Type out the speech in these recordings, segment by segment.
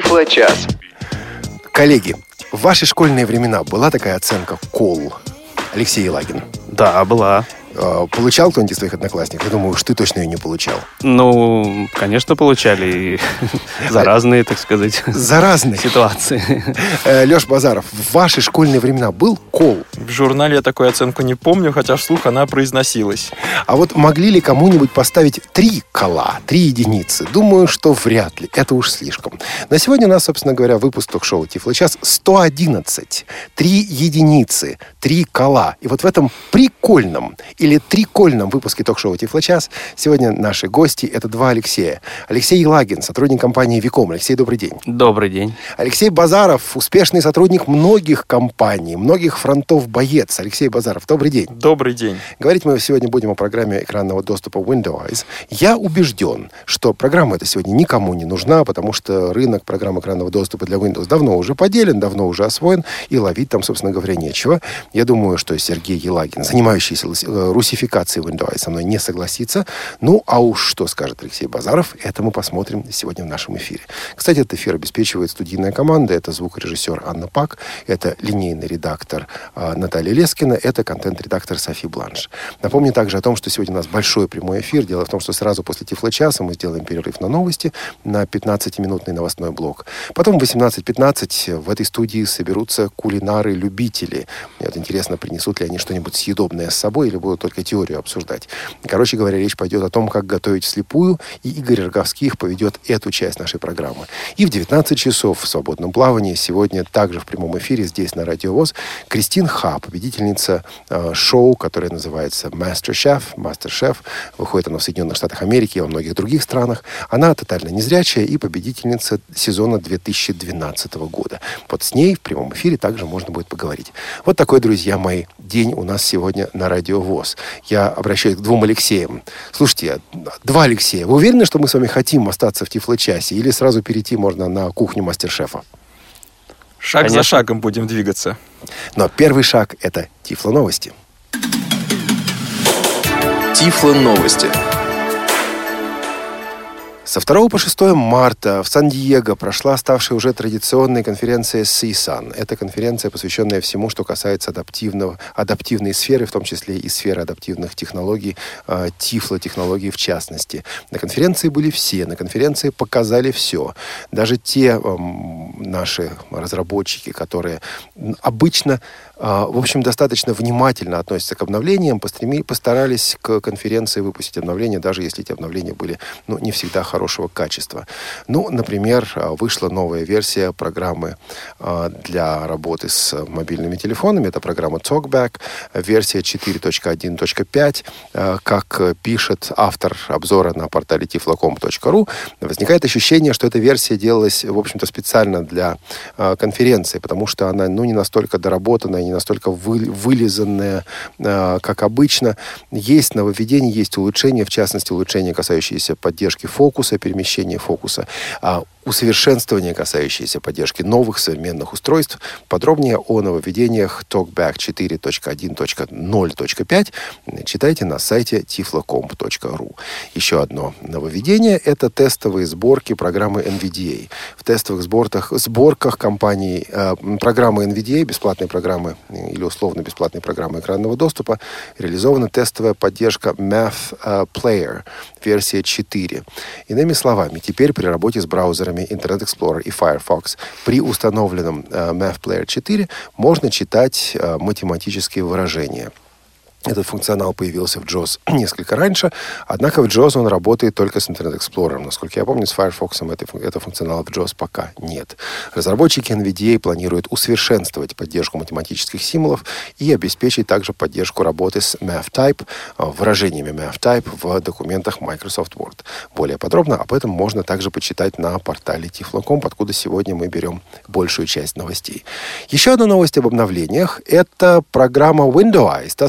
Тифло-час. Коллеги, в ваши школьные времена была такая оценка «Кол»? Алексей Елагин. Да, была. Получал кто-нибудь из твоих одноклассников? Я думаю, уж ты точно ее не получал. Ну, конечно, получали. За разные, так сказать, За разные ситуации. Леш Базаров, в ваши школьные времена был «Кол»? В журнале я такую оценку не помню, хотя вслух она произносилась. А вот могли ли кому-нибудь поставить 3 кола, 3 единицы? Думаю, что вряд ли. Это уж слишком. На сегодня у нас, собственно говоря, выпуск ток-шоу «Тифло-час» 111. 3 единицы, 3 кола. И вот в этом прикольном или трикольном выпуске ток-шоу «Тифло-час» сегодня наши гости — это 2 Алексея. Алексей Елагин, сотрудник компании «Виком». Алексей, добрый день. Добрый день. Алексей Базаров, успешный сотрудник многих компаний, многих фронтов боец. Алексей Базаров, добрый день. Добрый день. Говорить мы сегодня будем о программе экранного доступа Windows. Я убежден, что программа эта сегодня никому не нужна, потому что рынок программ экранного доступа для Windows давно уже поделен, давно уже освоен, и ловить там, собственно говоря, нечего. Я думаю, что Сергей Елагин, занимающийся русификацией Windows, со мной не согласится. Ну, а уж что скажет Алексей Базаров, это мы посмотрим сегодня в нашем эфире. Кстати, этот эфир обеспечивает студийная команда. Это звукорежиссер Анна Пак, это линейный редактор Наталья Лескина, это контент-редактор Софи Бланш. Напомню также о том, что сегодня у нас большой прямой эфир. Дело в том, что сразу после Тифло-часа мы сделаем перерыв на новости, на 15-минутный новостной блок. Потом в 18:15 в этой студии соберутся кулинары-любители. Мне вот интересно, принесут ли они что-нибудь съедобное с собой или будут только теорию обсуждать. Короче говоря, речь пойдет о том, как готовить вслепую, и Игорь Роговских поведет эту часть нашей программы. И в 19 часов в свободном плавании сегодня также в прямом эфире здесь на Радио ВОС Кристин Ха, победительница шоу, которое называется MasterChef. Выходит оно в Соединенных Штатах Америки и во многих других странах. Она тотально незрячая и победительница сезона 2012 года. Вот с ней в прямом эфире также можно будет поговорить. Вот такой, друзья мои, день у нас сегодня на Радио ВОС. Я обращаюсь к 2 Алексеям. Слушайте, 2 Алексея, вы уверены, что мы с вами хотим остаться в Тифло-часе или сразу перейти можно на кухню мастер-шефа? Шаг за шагом будем двигаться. Но первый шаг — это Тифло-новости. Тифло-новости. Со 2 по 6 марта в Сан-Диего прошла ставшая уже традиционной конференция CSUN. Это конференция, посвященная всему, что касается адаптивной сферы, в том числе и сферы адаптивных технологий, тифло-технологий в частности. На конференции были все, на конференции показали все. Даже те наши разработчики, которые обычно, в общем, достаточно внимательно относятся к обновлениям, постарались к конференции выпустить обновления, даже если эти обновления были, не всегда хорошего качества. Например, вышла новая версия программы для работы с мобильными телефонами. Это программа TalkBack, версия 4.1.5. Как пишет автор обзора на портале tiflocom.ru, возникает ощущение, что эта версия делалась, в общем-то, специально для конференции, потому что она, не настолько доработанная, не настолько вылизанная, как обычно. Есть нововведения, есть улучшения, в частности, улучшения, касающиеся поддержки фокуса, перемещения фокуса, усовершенствование, касающееся поддержки новых современных устройств. Подробнее о нововведениях TalkBack 4.1.0.5 читайте на сайте tiflocom.ru. Еще одно нововведение — это тестовые сборки программы NVDA. В тестовых сборках компании программы NVDA, бесплатной программы или условно-бесплатной программы экранного доступа, реализована тестовая поддержка Math Player, версия 4. Иными словами, теперь при работе с браузерами Internet Explorer и Firefox при установленном Math Player 4 можно читать математические выражения. Этот функционал появился в JAWS несколько раньше, однако в JAWS он работает только с Internet Explorer. Насколько я помню, с Firefox этого функционала в JAWS пока нет. Разработчики NVDA планируют усовершенствовать поддержку математических символов и обеспечить также поддержку работы с MathType, выражениями MathType в документах Microsoft Word. Более подробно об этом можно также почитать на портале Tiflocom, откуда сегодня мы берем большую часть новостей. Еще одна новость об обновлениях — это программа Windows, та самая, которая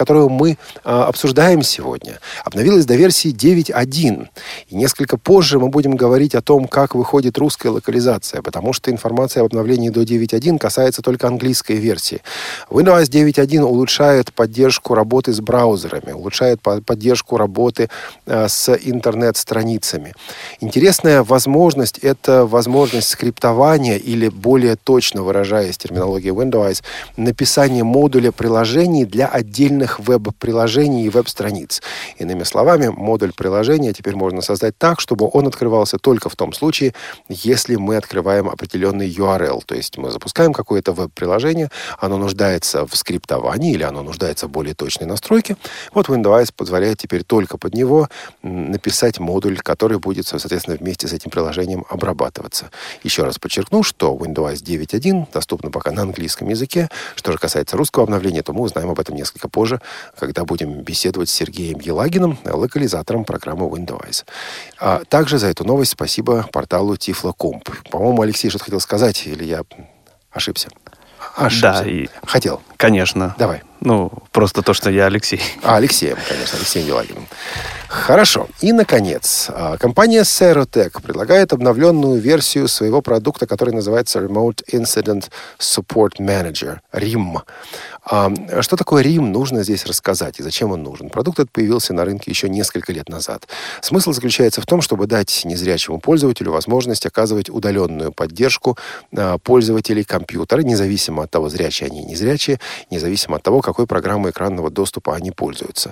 которую мы обсуждаем сегодня, обновилась до версии 9.1. И несколько позже мы будем говорить о том, как выходит русская локализация, потому что информация об обновлении до 9.1 касается только английской версии. Windows 9.1 улучшает поддержку работы с браузерами, улучшает поддержку работы с интернет-страницами. Интересная возможность – это возможность скриптования или, более точно выражаясь терминологией Windows, написание модуля приложений для отдельных веб-приложений и веб-страниц. Иными словами, модуль приложения теперь можно создать так, чтобы он открывался только в том случае, если мы открываем определенный URL. То есть мы запускаем какое-то веб-приложение, оно нуждается в скриптовании или оно нуждается в более точной настройке. Вот Windows позволяет теперь только под него написать модуль, который будет, соответственно, вместе с этим приложением обрабатываться. Еще раз подчеркну, что Windows 9.1 доступна пока на английском языке. Что же касается русского обновления, то мы узнаем об этом несколько позже, когда будем беседовать с Сергеем Елагиным, локализатором программы Windows. Также за эту новость спасибо порталу Tiflo.comp. По-моему, Алексей что-то хотел сказать, или я ошибся? Да, и... Хотел. Конечно. Давай. Просто то, что я Алексей. Алексеем, конечно, Алексеем Елагиным. Хорошо. И, наконец, компания Serotec предлагает обновленную версию своего продукта, который называется Remote Incident Support Manager, RIM. Что такое RIM, нужно здесь рассказать, и зачем он нужен. Продукт этот появился на рынке еще несколько лет назад. Смысл заключается в том, чтобы дать незрячему пользователю возможность оказывать удаленную поддержку пользователей компьютера, независимо от того, зрячие они или незрячие, независимо от того, какой программой экранного доступа они пользуются.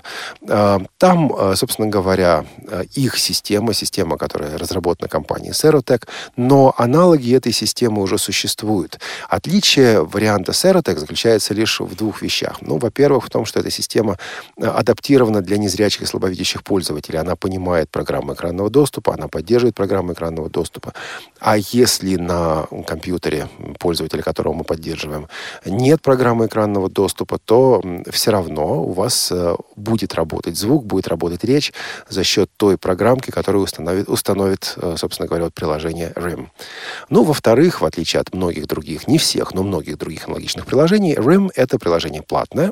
Там, собственно говоря, их система, которая разработана компанией Serotec, но аналоги этой системы уже существуют. Отличие варианта Serotec заключается лишь в двух вещах. Во-первых, в том, что эта система адаптирована для незрячих и слабовидящих пользователей. Она понимает программы экранного доступа, она поддерживает программы экранного доступа. А если на компьютере пользователя, которого мы поддерживаем, нет программы экранного доступа, то все равно у вас будет работать звук, будет работать речь за счет той программки, которую установит, собственно говоря, приложение RIM. Во-вторых, в отличие от многих других, не всех, но многих других аналогичных приложений, RIM — это приложение платное.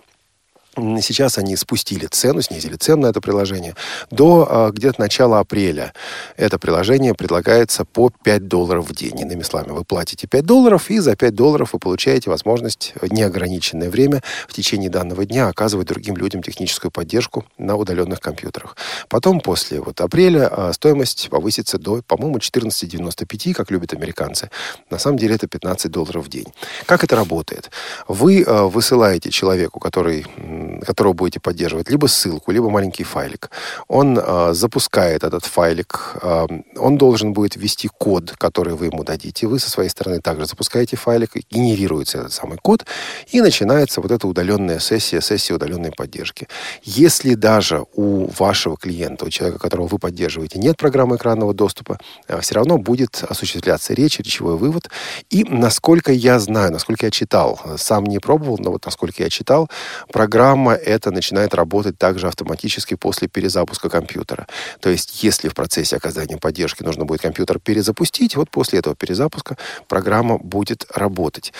Сейчас они снизили цену на это приложение до где-то начала апреля. Это приложение предлагается по $5 в день. Иными словами, вы платите $5, и за $5 вы получаете возможность в неограниченное время в течение данного дня оказывать другим людям техническую поддержку на удаленных компьютерах. Потом, после апреля, стоимость повысится до, по-моему, $14.95, как любят американцы. На самом деле это $15 в день. Как это работает? Вы высылаете человеку, которого будете поддерживать, либо ссылку, либо маленький файлик. Он запускает этот файлик. Он должен будет ввести код, который вы ему дадите. Вы со своей стороны также запускаете файлик, генерируется этот самый код, и начинается эта удаленная сессия удаленной поддержки. Если даже у вашего клиента, у человека, которого вы поддерживаете, нет программы экранного доступа, все равно будет осуществляться речевой вывод. И насколько я знаю, насколько я читал, сам не пробовал, но насколько я читал, программа это начинает работать также автоматически после перезапуска компьютера. То есть, если в процессе оказания поддержки нужно будет компьютер перезапустить, после этого перезапуска программа будет работать.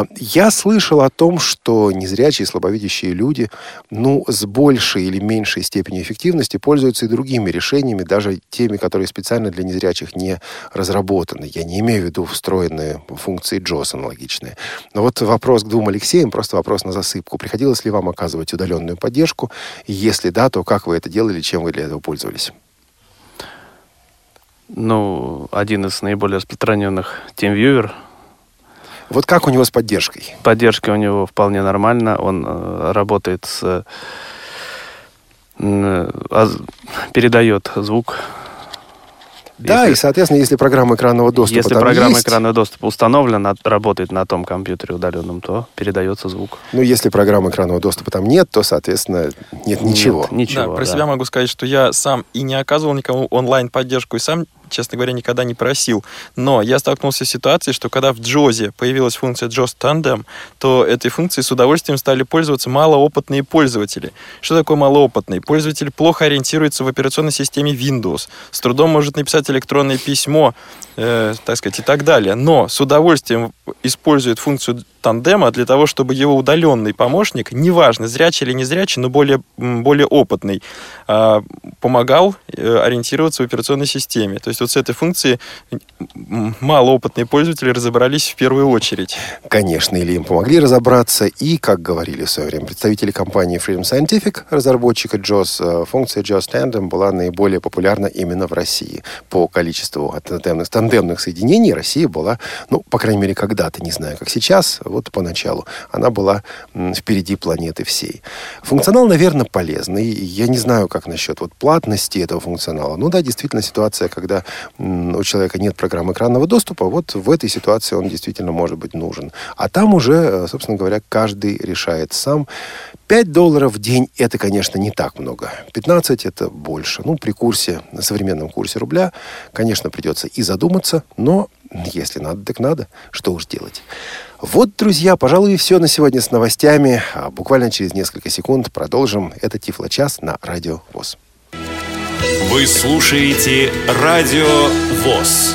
Я слышал о том, что незрячие и слабовидящие люди, с большей или меньшей степенью эффективности пользуются и другими решениями, даже теми, которые специально для незрячих не разработаны. Я не имею в виду встроенные функции JAWS аналогичные. Но вопрос к двум Алексеям, просто вопрос на засыпку. Приходилось ли вам оказывать удаленную поддержку? И если да, то как вы это делали, чем вы для этого пользовались? Один из наиболее распространенных TeamViewer. Как у него с поддержкой? Поддержка у него вполне нормально. Он работает передает звук. Да, и, соответственно, если программа экранного доступа Если программа экранного доступа установлена, работает на том компьютере удаленном, то передается звук. Если программы экранного доступа там нет, то, соответственно, нет ничего. Да, про себя могу сказать, что я сам и не оказывал никому онлайн-поддержку, и сам честно говоря, никогда не просил. Но я столкнулся с ситуацией, что когда в JAWS появилась функция JAWS Tandem, то этой функцией с удовольствием стали пользоваться малоопытные пользователи. Что такое малоопытный? Пользователь плохо ориентируется в операционной системе Windows, с трудом может написать электронное письмо, так сказать, и так далее. Но с удовольствием использует функцию тандема для того, чтобы его удаленный помощник, неважно, зрячий или не зрячий, но более опытный, помогал ориентироваться в операционной системе. То есть вот с этой функцией малоопытные пользователи разобрались в первую очередь. Конечно, или им помогли разобраться, и, как говорили в свое время представители компании Freedom Scientific, разработчика JAWS, функция JAWS Tandem была наиболее популярна именно в России. По количеству тандемных соединений Россия была, по крайней мере, когда-то, не знаю, как сейчас, вот поначалу, она была впереди планеты всей. Функционал, наверное, полезный. Я не знаю, как насчет платности этого функционала. Да, действительно, ситуация, когда у человека нет программы экранного доступа, вот в этой ситуации он действительно может быть нужен. А там уже, собственно говоря, каждый решает сам. $5 в день – это, конечно, не так много. 15 – это больше. При на современном курсе рубля, конечно, придется и задуматься, но если надо, так надо. Что уж делать. Вот, друзья, пожалуй, и все на сегодня с новостями. Буквально через несколько секунд продолжим. Это Тифлочас на Радио ВОС. Вы слушаете Радио ВОС.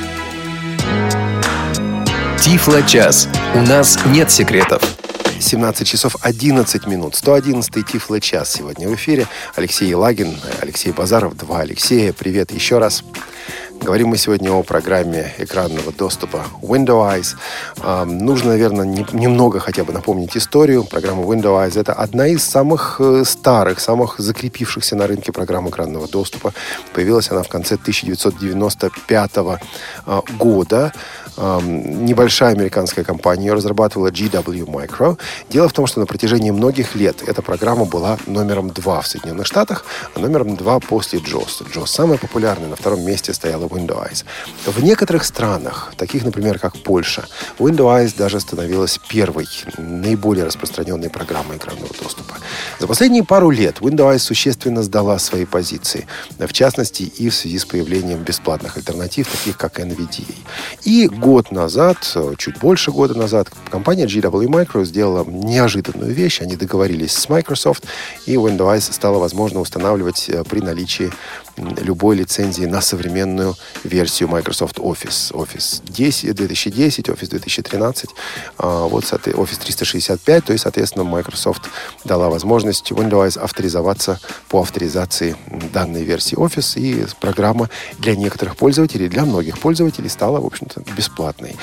Тифлочас. У нас нет секретов. 17 часов 11 минут. 111-й Тифлочас сегодня в эфире. Алексей Елагин, Алексей Базаров. Два Алексея. Привет еще раз. Говорим мы сегодня о программе экранного доступа Window-Eyes. Нужно, наверное, немного хотя бы напомнить историю. Программа Window-Eyes – это одна из самых старых, самых закрепившихся на рынке программ экранного доступа. Появилась она в конце 1995 года. Небольшая американская компания ее разрабатывала, GW Micro. Дело в том, что на протяжении многих лет эта программа была номером 2 в Соединенных Штатах, а номером 2 после JAWS. JAWS самая популярная, на втором месте стояла Window-Eyes. В некоторых странах, таких, например, как Польша, Window-Eyes даже становилась первой, наиболее распространенной программой экранного доступа. За последние пару лет Window-Eyes существенно сдала свои позиции, в частности и в связи с появлением бесплатных альтернатив, таких как NVDA. И год назад, чуть больше года назад, компания GW Micro сделала неожиданную вещь. Они договорились с Microsoft, и Window-Eyes стало возможно устанавливать при наличии любой лицензии на современную версию Microsoft Office. Office 2010, Office 2013, Office 365. То есть, соответственно, Microsoft дала возможность Windows авторизоваться по авторизации данной версии Office, и программа для некоторых пользователей, для многих пользователей стала, в общем-то, бесплатной.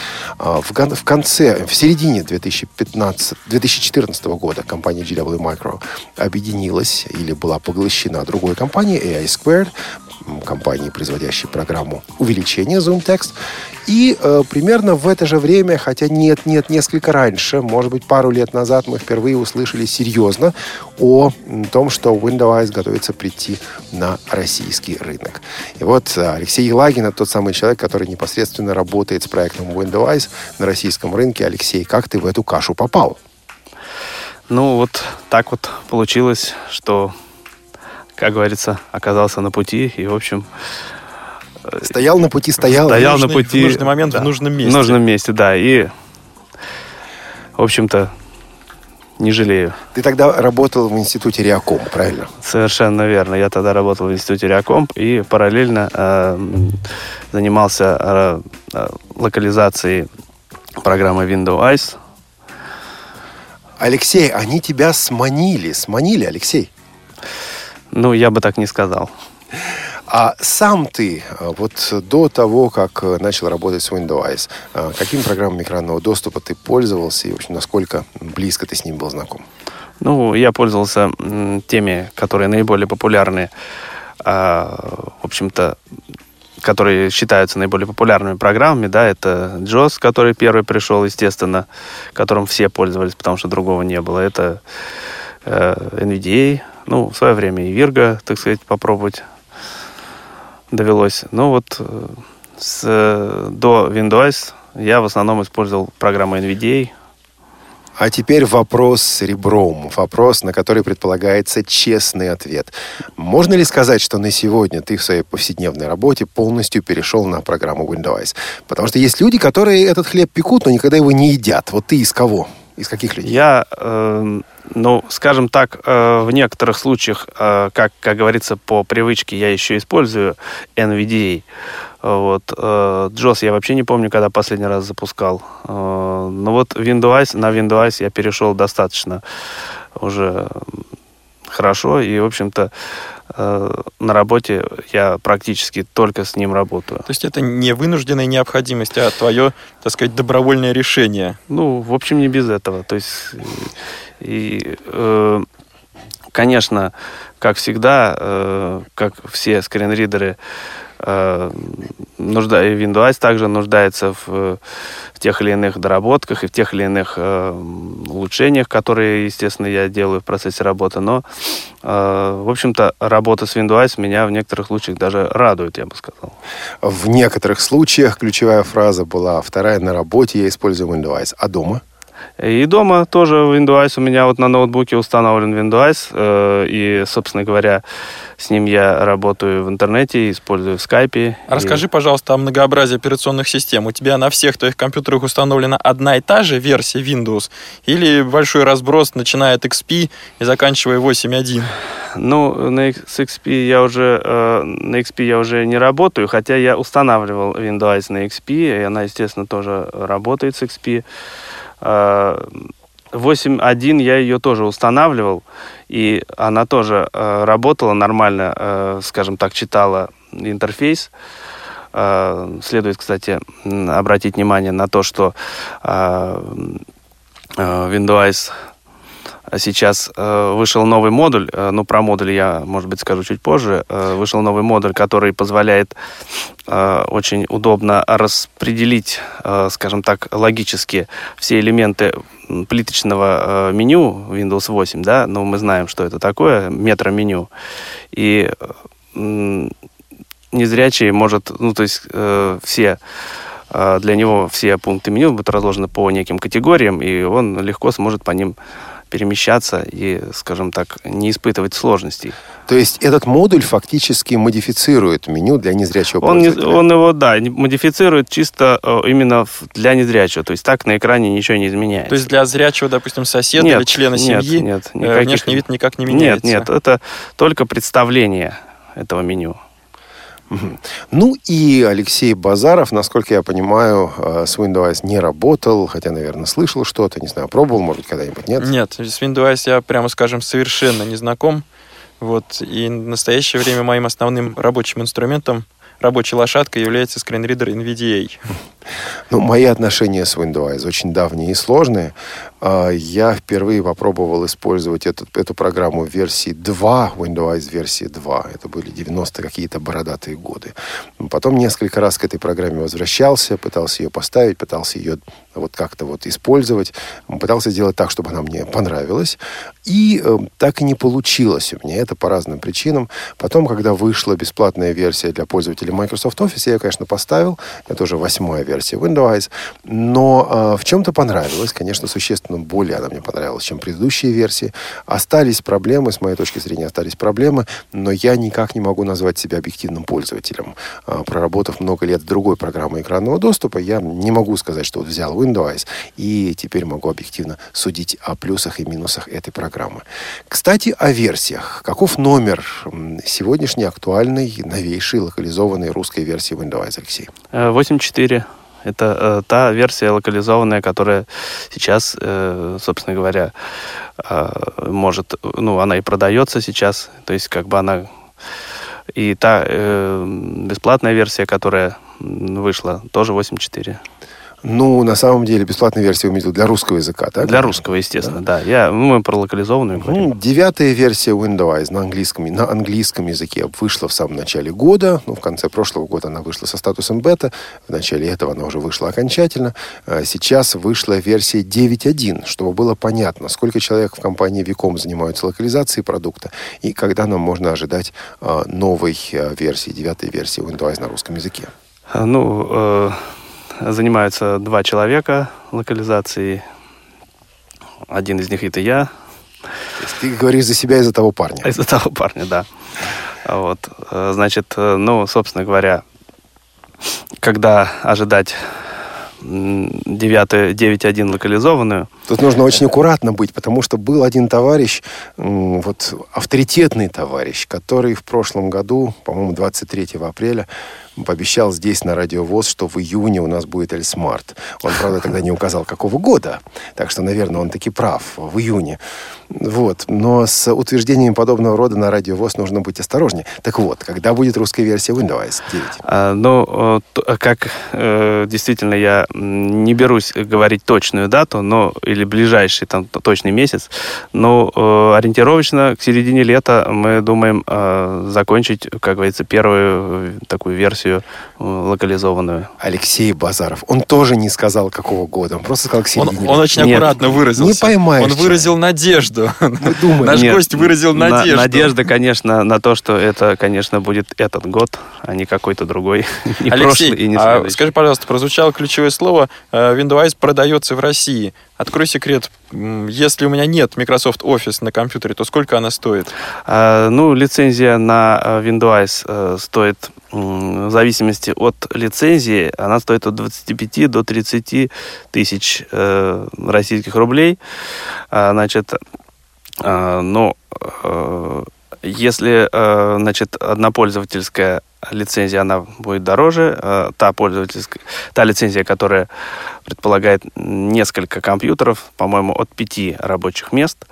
В середине 2014 года компания GW Micro объединилась или была поглощена другой компанией AI Squared, компании, производящей программу увеличения ZoomText. И примерно в это же время, хотя несколько раньше, может быть, пару лет назад, мы впервые услышали серьезно о том, что Window-Eyes готовится прийти на российский рынок. И вот Алексей Елагин — это тот самый человек, который непосредственно работает с проектом Window-Eyes на российском рынке. Алексей, как ты в эту кашу попал? Вот так вот получилось, что, как говорится, оказался на пути и, в общем... Стоял на пути. На пути. В нужный момент, да, в нужном месте. В нужном месте, да. И, в общем-то, не жалею. Ты тогда работал в институте Реаком, правильно? Совершенно верно. Я тогда работал в институте Реаком и параллельно занимался локализацией программы Window-Eyes. Алексей, они тебя сманили, Алексей? Я бы так не сказал. А сам ты, до того, как начал работать с Window-Eyes, какими программами экранного доступа ты пользовался и, в общем, насколько близко ты с ним был знаком? Я пользовался теми, которые наиболее популярны, в общем-то, которые считаются наиболее популярными программами, да, это JAWS, который первый пришел, естественно, которым все пользовались, потому что другого не было. Это NVDA, в свое время и Virgo, так сказать, попробовать довелось. До Windows я в основном использовал программу NVDA. А теперь вопрос с ребром. Вопрос, на который предполагается честный ответ. Можно ли сказать, что на сегодня ты в своей повседневной работе полностью перешел на программу Windows? Потому что есть люди, которые этот хлеб пекут, но никогда его не едят. Вот ты из кого? Из каких людей? Я, скажем так, в некоторых случаях, как говорится, по привычке я еще использую NVDA. Вот. JOS я вообще не помню, когда последний раз запускал. Но вот на Windows я перешел достаточно уже хорошо. И, в общем-то, на работе я практически только с ним работаю. То есть это не вынужденная необходимость, а твое, так сказать, добровольное решение? Ну, в общем, не без этого. То есть, конечно, как всегда, как все скринридеры, Windows также нуждается в тех или иных доработках и в тех или иных улучшениях, которые, естественно, я делаю в процессе работы. Но, в общем-то, работа с Windows меня в некоторых случаях даже радует, я бы сказал. В некоторых случаях ключевая фраза была вторая: на работе я использую Windows. А дома? И дома тоже Windows. У меня вот на ноутбуке установлен Windows. И, собственно говоря, с ним я работаю в интернете, использую в скайпе. Расскажи, пожалуйста, о многообразии операционных систем. У тебя на всех твоих компьютерах установлена одна и та же версия Windows? Или большой разброс, начиная от XP и заканчивая 8.1? Ну, на XP я уже не работаю, хотя я устанавливал Windows на XP, и она, естественно, тоже работает с XP. 8.1 я ее тоже устанавливал, и она тоже работала нормально, скажем так, читала интерфейс. Следует, кстати, обратить внимание на то, что Windows сейчас вышел новый модуль, про модуль я, может быть, скажу чуть позже. Вышел новый модуль, который позволяет очень удобно распределить, скажем так, логически все элементы плиточного меню Windows 8, да, но мы знаем, что это такое, метро-меню. И незрячий может, все... Для него все пункты меню будут разложены по неким категориям, и он легко сможет по ним перемещаться и, скажем так, не испытывать сложностей. То есть этот модуль фактически модифицирует меню для незрячего пользователя? Он его, модифицирует чисто именно для незрячего. То есть так на экране ничего не изменяется. То есть для зрячего, допустим, соседа или члена семьи внешний вид никак не меняется? Нет, это только представление этого меню. Ну и Алексей Базаров, насколько я понимаю, с Windows не работал, хотя, наверное, слышал что-то, не знаю, пробовал, может быть, когда-нибудь, нет? Нет, с Windows я, прямо скажем, совершенно не знаком. Вот. И в настоящее время моим основным рабочим инструментом, рабочей лошадкой является скринридер NVDA. Мои отношения с Windows очень давние и сложные. Я впервые попробовал использовать эту программу в версии 2, Windows версии 2. Это были 90-е какие-то бородатые годы. Потом несколько раз к этой программе возвращался, пытался ее поставить, пытался ее как-то использовать. Пытался сделать так, чтобы она мне понравилась. И так и не получилось у меня это по разным причинам. Потом, когда вышла бесплатная версия для пользователей Microsoft Office, я ее, конечно, поставил. Это уже 8-я версия Windows. Но в чем-то понравилось. Конечно, существенно более она мне понравилась, чем предыдущие версии. Остались проблемы, с моей точки зрения, но я никак не могу назвать себя объективным пользователем. Проработав много лет с другой программой экранного доступа, я не могу сказать, что взял Windows и теперь могу объективно судить о плюсах и минусах этой программы. Кстати, о версиях. Каков номер сегодняшней актуальной, новейшей, локализованной русской версии Windows, Алексей? 8.4. Это та версия локализованная, которая сейчас, собственно говоря, может... она и продается сейчас. То есть, она... И та бесплатная версия, которая вышла, тоже 8.4. На самом деле, бесплатная версия для русского языка, так? Для русского, естественно, да. Мы про локализованную говорим. 9-я версия Windows на английском языке вышла в самом начале года. В конце прошлого года она вышла со статусом бета. В начале этого она уже вышла окончательно. Сейчас вышла версия 9.1, чтобы было понятно, сколько человек в компании Vicom занимаются локализацией продукта и когда нам можно ожидать новой версии, 9-й версии Windows на русском языке. Занимаются 2 человека локализацией. один из них это я. То есть ты говоришь за себя и за того парня. Из-за того парня, да. Вот. Значит, собственно говоря, когда ожидать 9.1 локализованную. Тут нужно очень аккуратно быть, потому что был один товарищ, авторитетный товарищ, который в прошлом году, по-моему, 23 апреля, пообещал здесь на Радио ВОС, что в июне у нас будет Эльсмарт. Он, правда, тогда не указал, какого года. Так что, наверное, он таки прав. В июне. Вот. Но с утверждениями подобного рода на Радио ВОС нужно быть осторожнее. Так вот, когда будет русская версия Windows 9? Действительно, я не берусь говорить точную дату, или ближайший точный месяц, но ориентировочно к середине лета мы думаем закончить, как говорится, первую такую версию локализованную. Алексей Базаров. Он тоже не сказал, какого года. Он просто сказал к середине. Он очень аккуратно выразился. Не поймаешь. Он выразил надежду. Наш гость выразил надежду. Надежда, конечно, на то, что это, конечно, будет этот год, а не какой-то другой. Не Алексей, прошлый и не следующий. Скажи, пожалуйста, прозвучало ключевое слово Windows продается в России. Открой секрет. Если у меня нет Microsoft Office на компьютере, то сколько она стоит? Лицензия на Windows стоит, в зависимости от лицензии, она стоит от 25 до 30 тысяч российских рублей. Если, однопользовательская лицензия, она будет дороже. Та лицензия, которая предполагает несколько компьютеров, по-моему, от 5 рабочих мест,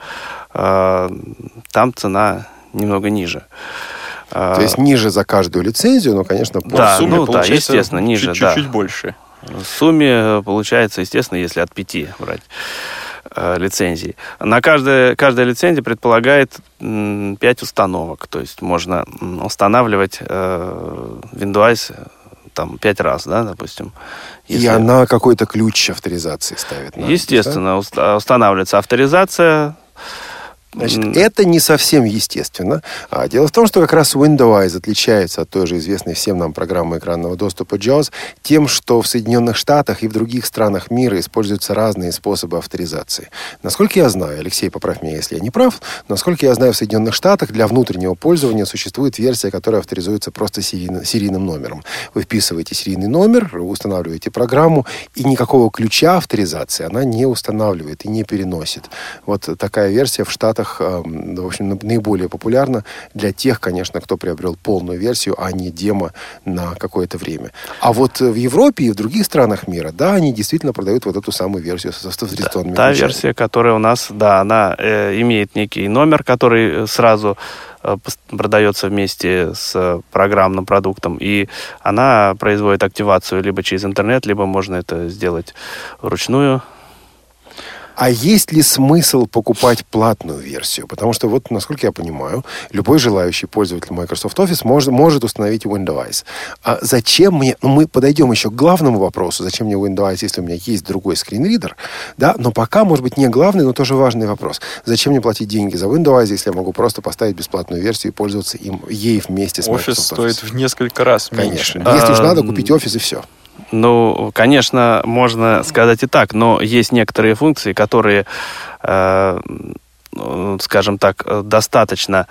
там цена немного ниже. То есть ниже за каждую лицензию, но, конечно, в сумме получается естественно, ниже. Чуть-чуть больше. В сумме получается, естественно, если от 5 брать лицензий. Каждая лицензия предполагает 5 установок. То есть можно устанавливать Windows 5 раз, да, допустим. И она какой-то ключ авторизации ставит. Естественно, устанавливается авторизация. Значит, это не совсем естественно. Дело в том, что как раз Windows отличается от той же известной всем нам программы экранного доступа JAWS тем, что в Соединенных Штатах и в других странах мира используются разные способы авторизации. Насколько я знаю, Алексей, поправь меня, если я не прав, насколько я знаю, в Соединенных Штатах для внутреннего пользования существует версия, которая авторизуется просто серийным номером. Вы вписываете серийный номер, устанавливаете программу, и никакого ключа авторизации она не устанавливает и не переносит. Вот такая версия в Штатах, в общем, наиболее популярна для тех, конечно, кто приобрел полную версию, а не демо на какое-то время. А вот в Европе и в других странах мира, да, они действительно продают вот эту самую версию с авторизационными ключами. Та версия, которая у нас, да, она имеет некий номер, который сразу продается вместе с программным продуктом, и она производит активацию либо через интернет, либо можно это сделать вручную. А есть ли смысл покупать платную версию? Потому что, вот, насколько я понимаю, любой желающий пользователь Microsoft Office может установить Windows. А зачем мне... мы подойдем еще к главному вопросу. Зачем мне Windows, если у меня есть другой скринридер? Да, но пока, может быть, не главный, но тоже важный вопрос. Зачем мне платить деньги за Windows, если я могу просто поставить бесплатную версию и пользоваться ей вместе с Microsoft Office? Office стоит в несколько раз меньше. Конечно. Если уж надо, купить Office и все. Конечно, можно сказать и так, но есть некоторые функции, которые, скажем так, достаточно,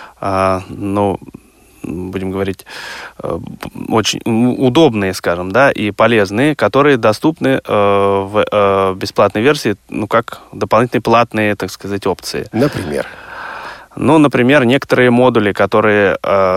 будем говорить, очень удобные, скажем, да, и полезные, которые доступны в бесплатной версии, как дополнительные платные, так сказать, опции. Например? Например, некоторые модули, которые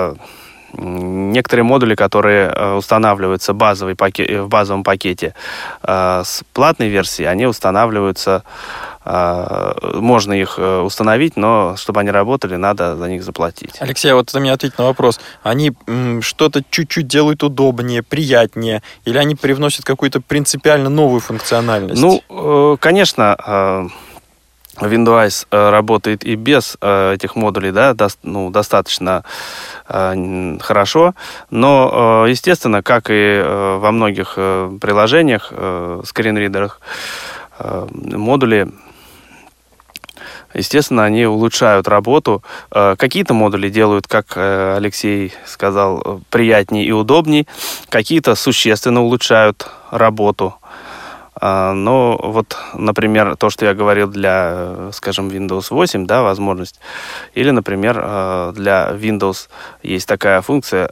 устанавливаются в базовом пакете с платной версии, они устанавливаются, можно их установить, но чтобы они работали, надо за них заплатить. Алексей, вот ты мне ответь на вопрос. Они что-то чуть-чуть делают удобнее, приятнее, или они привносят какую-то принципиально новую функциональность? Конечно, Windows работает и без этих модулей, да, достаточно хорошо, но, естественно, как и во многих приложениях, скринридерах, модули, естественно, они улучшают работу. Какие-то модули делают, как Алексей сказал, приятнее и удобнее, какие-то существенно улучшают работу. Но вот, например, то, что я говорил для, скажем, Windows 8, да, возможность, или, например, для Windows есть такая функция,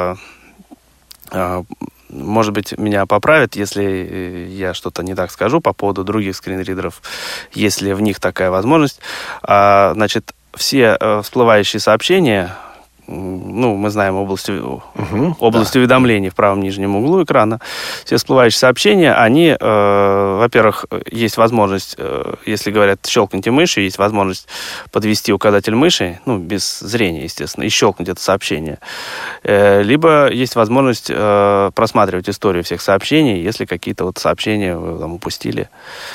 может быть, меня поправят, если я что-то не так скажу по поводу других скринридеров, если в них такая возможность. Значит, все всплывающие сообщения, мы знаем область уведомлений в правом нижнем углу экрана. Все всплывающие сообщения, они, во-первых, есть возможность, если говорят, щелкните мышью, есть возможность подвести указатель мыши, без зрения, естественно, и щелкнуть это сообщение. Либо есть возможность просматривать историю всех сообщений, если какие-то сообщения вы там упустили.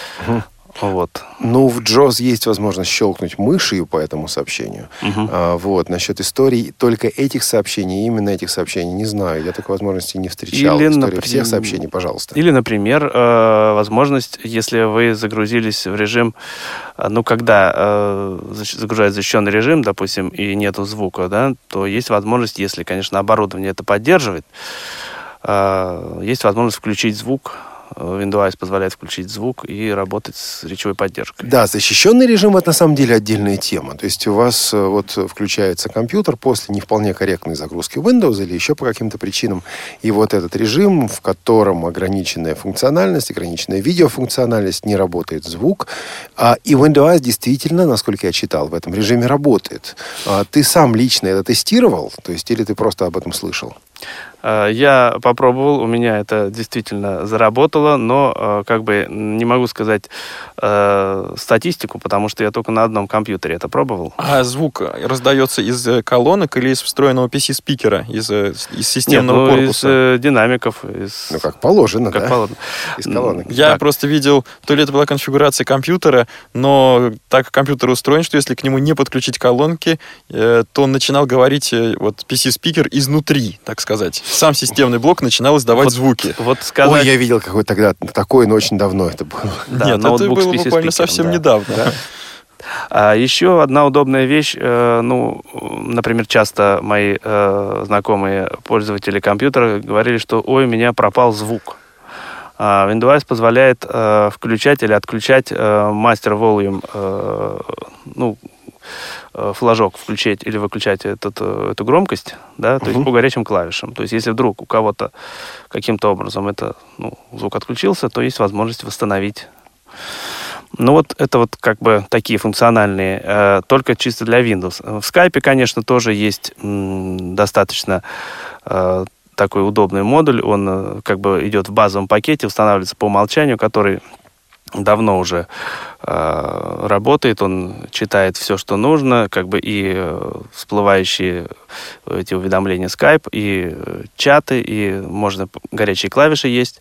Вот. В JAWS есть возможность щелкнуть мышью по этому сообщению. Насчет историй только этих сообщений, именно этих сообщений, не знаю. Я такой возможности не встречал. История всех сообщений, пожалуйста. Или, например, возможность, если вы загрузились в режим, когда загружается защищенный режим, допустим, и нету звука, да, то есть возможность, если, конечно, оборудование это поддерживает, есть возможность включить звук. Windows позволяет включить звук и работать с речевой поддержкой. Да, защищенный режим — это на самом деле отдельная тема. То есть у вас включается компьютер после не вполне корректной загрузки Windows или еще по каким-то причинам. И вот этот режим, в котором ограниченная функциональность, ограниченная видеофункциональность, не работает звук. И Windows действительно, насколько я читал, в этом режиме работает. Ты сам лично это тестировал? То есть или ты просто об этом слышал? Я попробовал, у меня это действительно заработало, но не могу сказать статистику, потому что я только на одном компьютере это пробовал. А звук раздается из колонок или из встроенного PC-спикера, из системного корпуса? Из динамиков. Как положено, как да? Положено. Из колонок. Я просто видел, то ли это была конфигурация компьютера, но так как компьютер устроен, что если к нему не подключить колонки, то он начинал говорить PC-спикер изнутри, так сказать. Сам системный блок начинал издавать звуки. Ой, я видел какой тогда такой, но очень давно это было. Да, нет, это было буквально совсем недавно. Да. А еще одна удобная вещь, например, часто мои знакомые пользователи компьютера говорили, что «Ой, у меня пропал звук». Windows позволяет включать или отключать Master Volume, флажок включать или выключать эту громкость, да, то есть по горячим клавишам. То есть если вдруг у кого-то каким-то образом звук отключился, то есть возможность восстановить. Это такие функциональные, только чисто для Windows. В Skype, конечно, тоже есть достаточно такой удобный модуль. Он идет в базовом пакете, устанавливается по умолчанию, который давно уже работает, он читает все, что нужно, и всплывающие эти уведомления Skype, и чаты, и можно горячие клавиши есть.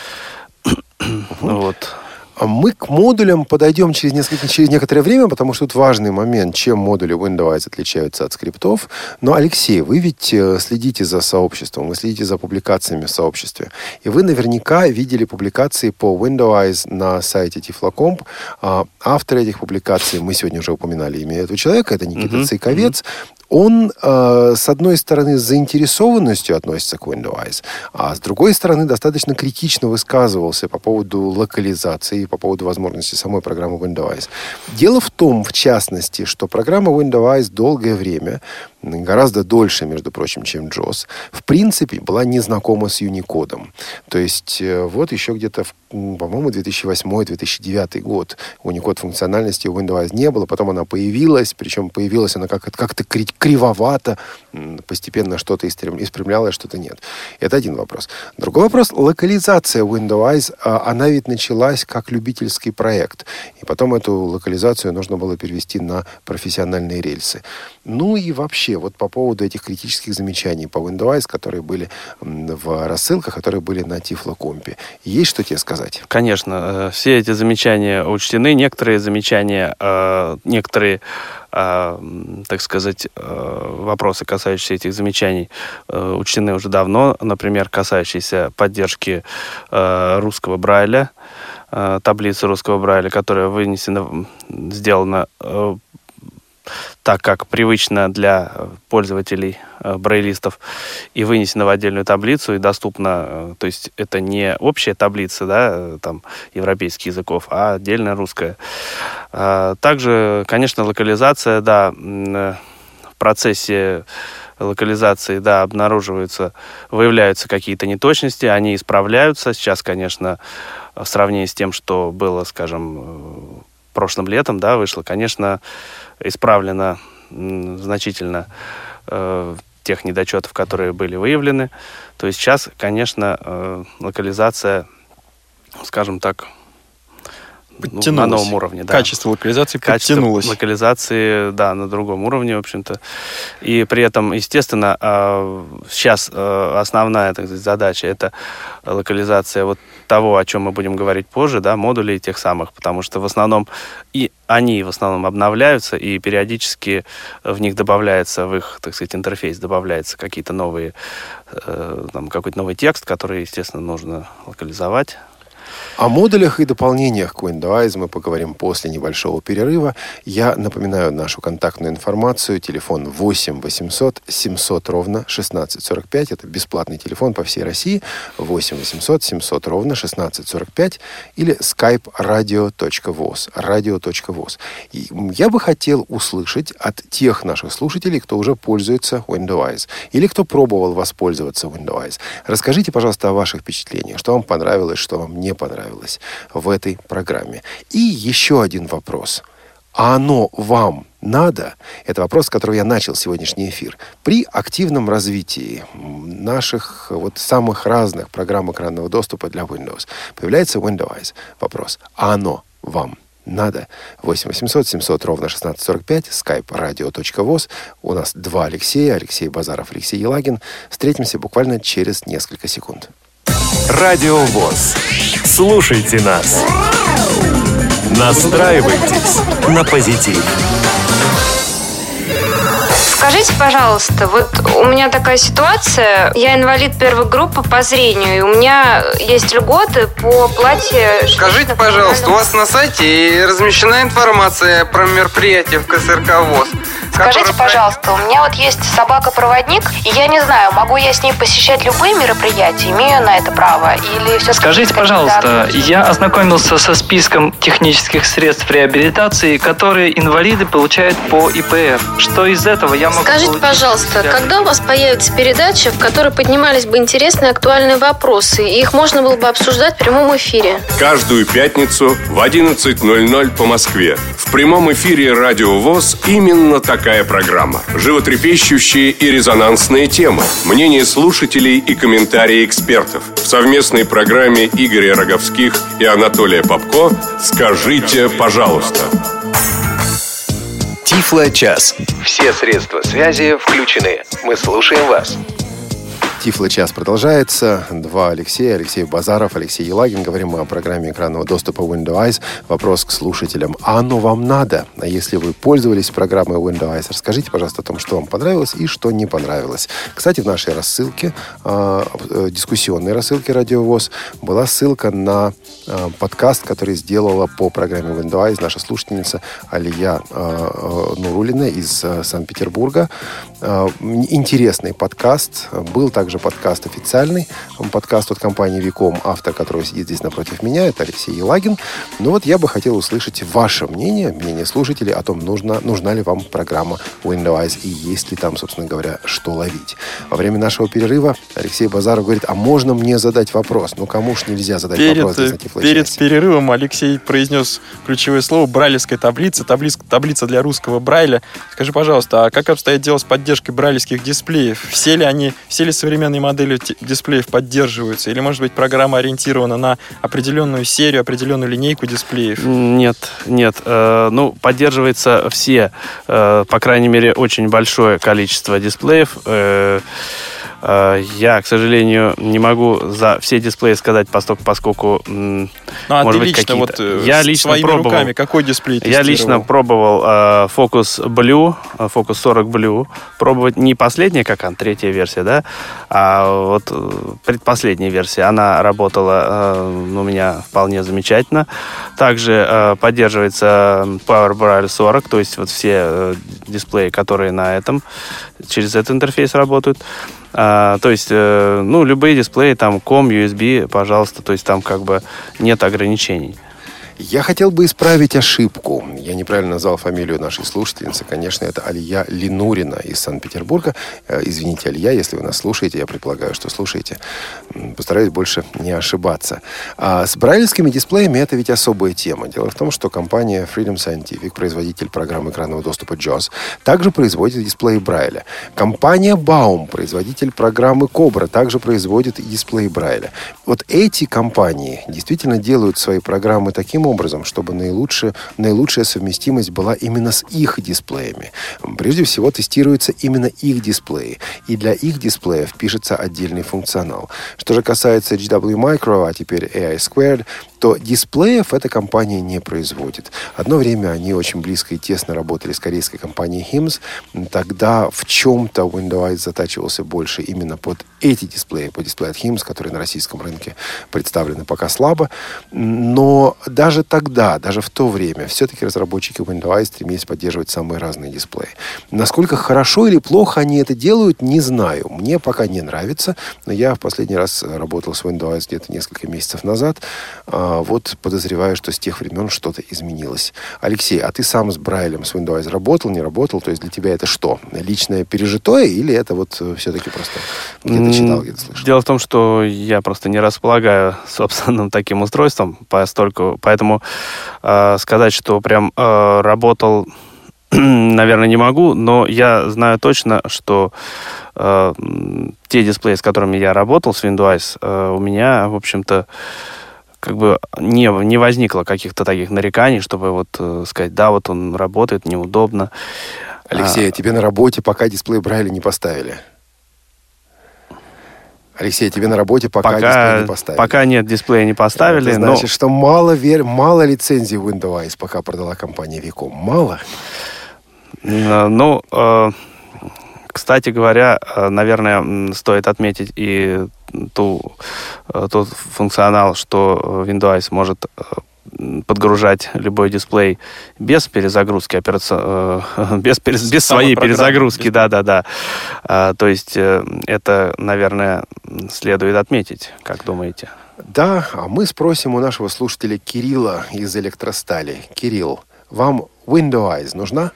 Мы к модулям подойдем через некоторое время, потому что тут важный момент, чем модули Windows отличаются от скриптов. Но, Алексей, вы ведь следите за сообществом, вы следите за публикациями в сообществе. И вы наверняка видели публикации по Windows на сайте Tiflo.com. Автор этих публикаций, мы сегодня уже упоминали имя этого человека, это Никита Цейковец. Он, с одной стороны, с заинтересованностью относится к Windows, а с другой стороны, достаточно критично высказывался по поводу локализации, по поводу возможности самой программы Windows. Дело в том, в частности, что программа Windows долгое время, гораздо дольше, между прочим, чем JAWS, в принципе, была не знакома с Unicode. То есть, еще где-то, по-моему, 2008-2009 год Unicode функциональности у Windows не было, потом она появилась, причем появилась она как-то кривовато, постепенно что-то исправлялось, что-то нет. Это один вопрос. Другой вопрос. Локализация Windows, она ведь началась как любительский проект. И потом эту локализацию нужно было перевести на профессиональные рельсы. И вообще, по поводу этих критических замечаний по Windows, которые были в рассылках, которые были на Tiflo.com. Есть что тебе сказать? Конечно. Все эти замечания учтены. Некоторые замечания, так сказать, вопросы, касающиеся этих замечаний, учтены уже давно. Например, касающиеся поддержки русского Брайля, таблицы русского Брайля, которая сделана так как привычно для пользователей брайлистов, и вынесено в отдельную таблицу и доступно, то есть это не общая таблица, да, там, европейских языков, а отдельная русская. Также, конечно, локализация, да, в процессе локализации, да, выявляются какие-то неточности, они исправляются. Сейчас, конечно, в сравнении с тем, что было, скажем, прошлым летом, да, вышло, конечно, исправлено значительно тех недочетов, которые были выявлены. То есть сейчас, конечно, локализация, скажем так, на новом уровне. Да. Качество локализации подтянулось. Качество локализации, да, на другом уровне, в общем-то. И при этом, естественно, сейчас основная, так сказать, задача — это локализация вот того, о чем мы будем говорить позже, да, модулей тех самых, потому что в основном они в основном обновляются, и периодически в них добавляется, в их, так сказать, интерфейс добавляется какие-то новые, там, какой-то новый текст, который, естественно, нужно локализовать. О модулях и дополнениях к Windows мы поговорим после небольшого перерыва. Я напоминаю нашу контактную информацию. Телефон 8 800 700 ровно 1645. Это бесплатный телефон по всей России. 8 800 700 ровно 1645. Или skype radio.voz. radio.voz. И я бы хотел услышать от тех наших слушателей, кто уже пользуется Windows. Или кто пробовал воспользоваться Windows. Расскажите, пожалуйста, о ваших впечатлениях. Что вам понравилось, что вам не понравилось в этой программе. И еще один вопрос. А оно вам надо? Это вопрос, с которого я начал сегодняшний эфир. При активном развитии наших вот самых разных программ экранного доступа для Windows появляется Windows. Вопрос. А оно вам надо? 8 800 700 ровно 1645. Skype radio.voz. У нас два Алексея. Алексей Базаров, Алексей Елагин. Встретимся буквально через несколько секунд. Радио ВОС. Слушайте нас. Настраивайтесь на позитив. Скажите, пожалуйста, вот у меня такая ситуация, я инвалид первой группы по зрению, и у меня есть льготы по оплате... Скажите, пожалуйста, у вас на сайте размещена информация про мероприятие в КСРК ВОС? Скажите, пожалуйста, у меня вот есть собака-проводник, и я не знаю, могу я с ней посещать любые мероприятия, имею я на это право, или все... Скажите, пожалуйста, я ознакомился со списком технических средств реабилитации, которые инвалиды получают по ИПР. Что из этого я могу... Скажите, пожалуйста, когда у вас появится передача, в которой поднимались бы интересные актуальные вопросы, и их можно было бы обсуждать в прямом эфире? Каждую пятницу в 11:00 по Москве. В прямом эфире Радио ВОС именно такая программа. Животрепещущие и резонансные темы, мнения слушателей и комментарии экспертов. В совместной программе Игоря Роговских и Анатолия Попко «Скажите, пожалуйста». Тифло-час. Все средства связи включены. Мы слушаем вас. Тифло-час продолжается. Два Алексея. Алексей Базаров, Алексей Елагин. Говорим мы о программе экранного доступа Windows. Вопрос к слушателям. А оно вам надо? А если вы пользовались программой Windows, расскажите, пожалуйста, о том, что вам понравилось и что не понравилось. Кстати, в нашей рассылке, дискуссионной рассылке Радио ВОС, была ссылка на подкаст, который сделала по программе Windows наша слушательница Алия Нурулина из Санкт-Петербурга. Интересный подкаст. Был также подкаст официальный, подкаст от компании Виком, автор которого сидит здесь напротив меня, это Алексей Елагин. Но вот я бы хотел услышать ваше мнение, мнение слушателей о том, нужна ли вам программа Windows и есть ли там, собственно говоря, что ловить. Во время нашего перерыва Алексей Базаров говорит, а можно мне задать вопрос? Ну, кому ж нельзя задать вопрос здесь на Тифло-часе? Перед перерывом Алексей произнес ключевое слово «брайлевская таблица», таблица для русского Брайля. Скажи, пожалуйста, а как обстоит дело с поддержкой брайлевских дисплеев? Все ли современные модели дисплеев поддерживаются? Или, может быть, программа ориентирована на определенную серию, определенную линейку дисплеев? Нет. Поддерживается все, по крайней мере, очень большое количество дисплеев. Я, к сожалению, не могу за все дисплеи сказать, поскольку может быть, лично, вот, я лично своими пробовал, руками какой дисплей тестировал? Я лично пробовал Focus Blue, Focus 40 Blue. Пробовать не последняя, как она, третья версия, да, а вот предпоследняя версия. Она работала у меня вполне замечательно. Также поддерживается Power Braille 40, то есть вот все дисплеи, которые на этом, через этот интерфейс работают. То есть, любые дисплеи, там, COM, USB, пожалуйста, то есть там как бы нет ограничений. Я хотел бы исправить ошибку. Я неправильно назвал фамилию нашей слушательницы. Конечно, это Алия Линурина из Санкт-Петербурга. Извините, Алия, если вы нас слушаете, я предполагаю, что слушаете. Постараюсь больше не ошибаться. А с брайлевскими дисплеями это ведь особая тема. Дело в том, что компания Freedom Scientific, производитель программы экранного доступа JAWS, также производит дисплеи Брайля. Компания Baum, производитель программы Cobra, также производит и дисплеи Брайля. Вот эти компании действительно делают свои программы таким образом, чтобы наилучшая совместимость была именно с их дисплеями. Прежде всего, тестируются именно их дисплеи. И для их дисплеев пишется отдельный функционал. Что же касается HW Micro, а теперь AI Squared, то дисплеев эта компания не производит. Одно время они очень близко и тесно работали с корейской компанией HIMS. Тогда в чем-то Windows затачивался больше именно под эти дисплеи, под дисплеи от HIMS, которые на российском рынке представлены пока слабо. Но даже тогда, даже в то время, все-таки разработчики Windows стремились поддерживать самые разные дисплеи. Насколько хорошо или плохо они это делают, не знаю. Мне пока не нравится, но я в последний раз работал с Windows где-то несколько месяцев назад. Вот подозреваю, что с тех времен что-то изменилось. Алексей, а ты сам с Брайлем, с Windows работал, не работал? То есть для тебя это что? Личное пережитое или это вот все-таки просто где-то читал, где-то слышал? Дело в том, что я просто не располагаю собственным таким устройством, поэтому сказать, что прям работал, наверное, не могу, но я знаю точно, что те дисплеи, с которыми я работал, с Windows, у меня, в общем-то, как бы не возникло каких-то таких нареканий, чтобы вот сказать, да, вот он работает, неудобно. Алексей, тебе на работе пока дисплей Брайля не поставили? Алексей, тебе на работе пока дисплей не поставили? Пока нет, дисплея не поставили. Это значит, что мало лицензий Windows пока продала компания Vicom. Мало? Кстати говоря, наверное, стоит отметить и тот функционал, что Windows может подгружать любой дисплей без перезагрузки, без своей перезагрузки, да. То есть это, наверное, следует отметить, как думаете? Да, а мы спросим у нашего слушателя Кирилла из Электростали. Кирилл, вам Windows нужна?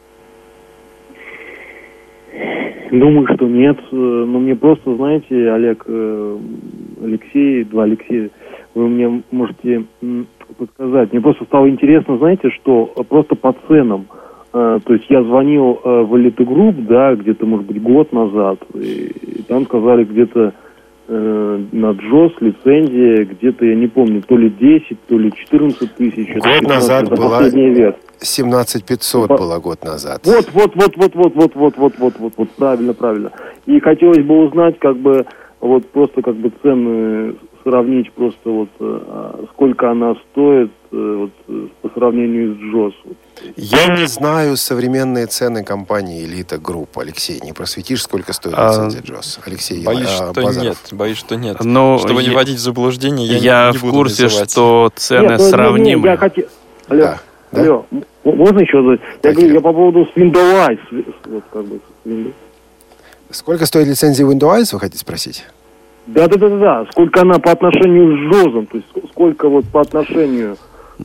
Думаю, что нет. Но мне просто, знаете, Олег, Алексей, два Алексея, вы мне можете подсказать. Мне просто стало интересно, знаете, что просто по ценам. То есть я звонил в Elite Group, да, где-то, может быть, год назад, и там сказали где-то на JAWS лицензия, где-то, я не помню, то ли 10, то ли 14 тысяч. Год назад была 17500 была год назад. Вот, правильно. И хотелось бы узнать, как бы, вот просто как бы цены сравнить просто вот, сколько она стоит вот, по сравнению с JAWS. Я не знаю современные цены компании Elite Group. Алексей, не просветишь, сколько стоит лицензия JAWS? Алексей, Боюсь, что нет. Но чтобы не вводить в заблуждение, я не в буду курсе, называть. Что цены сравнимы. Я хотел... Алло, можно еще задать? Я говорю, я по поводу с Windows. Вот как бы с Windows. Сколько стоит лицензия Windows, вы хотите спросить? Да. Сколько она по отношению с JAWS, то есть сколько вот по отношению...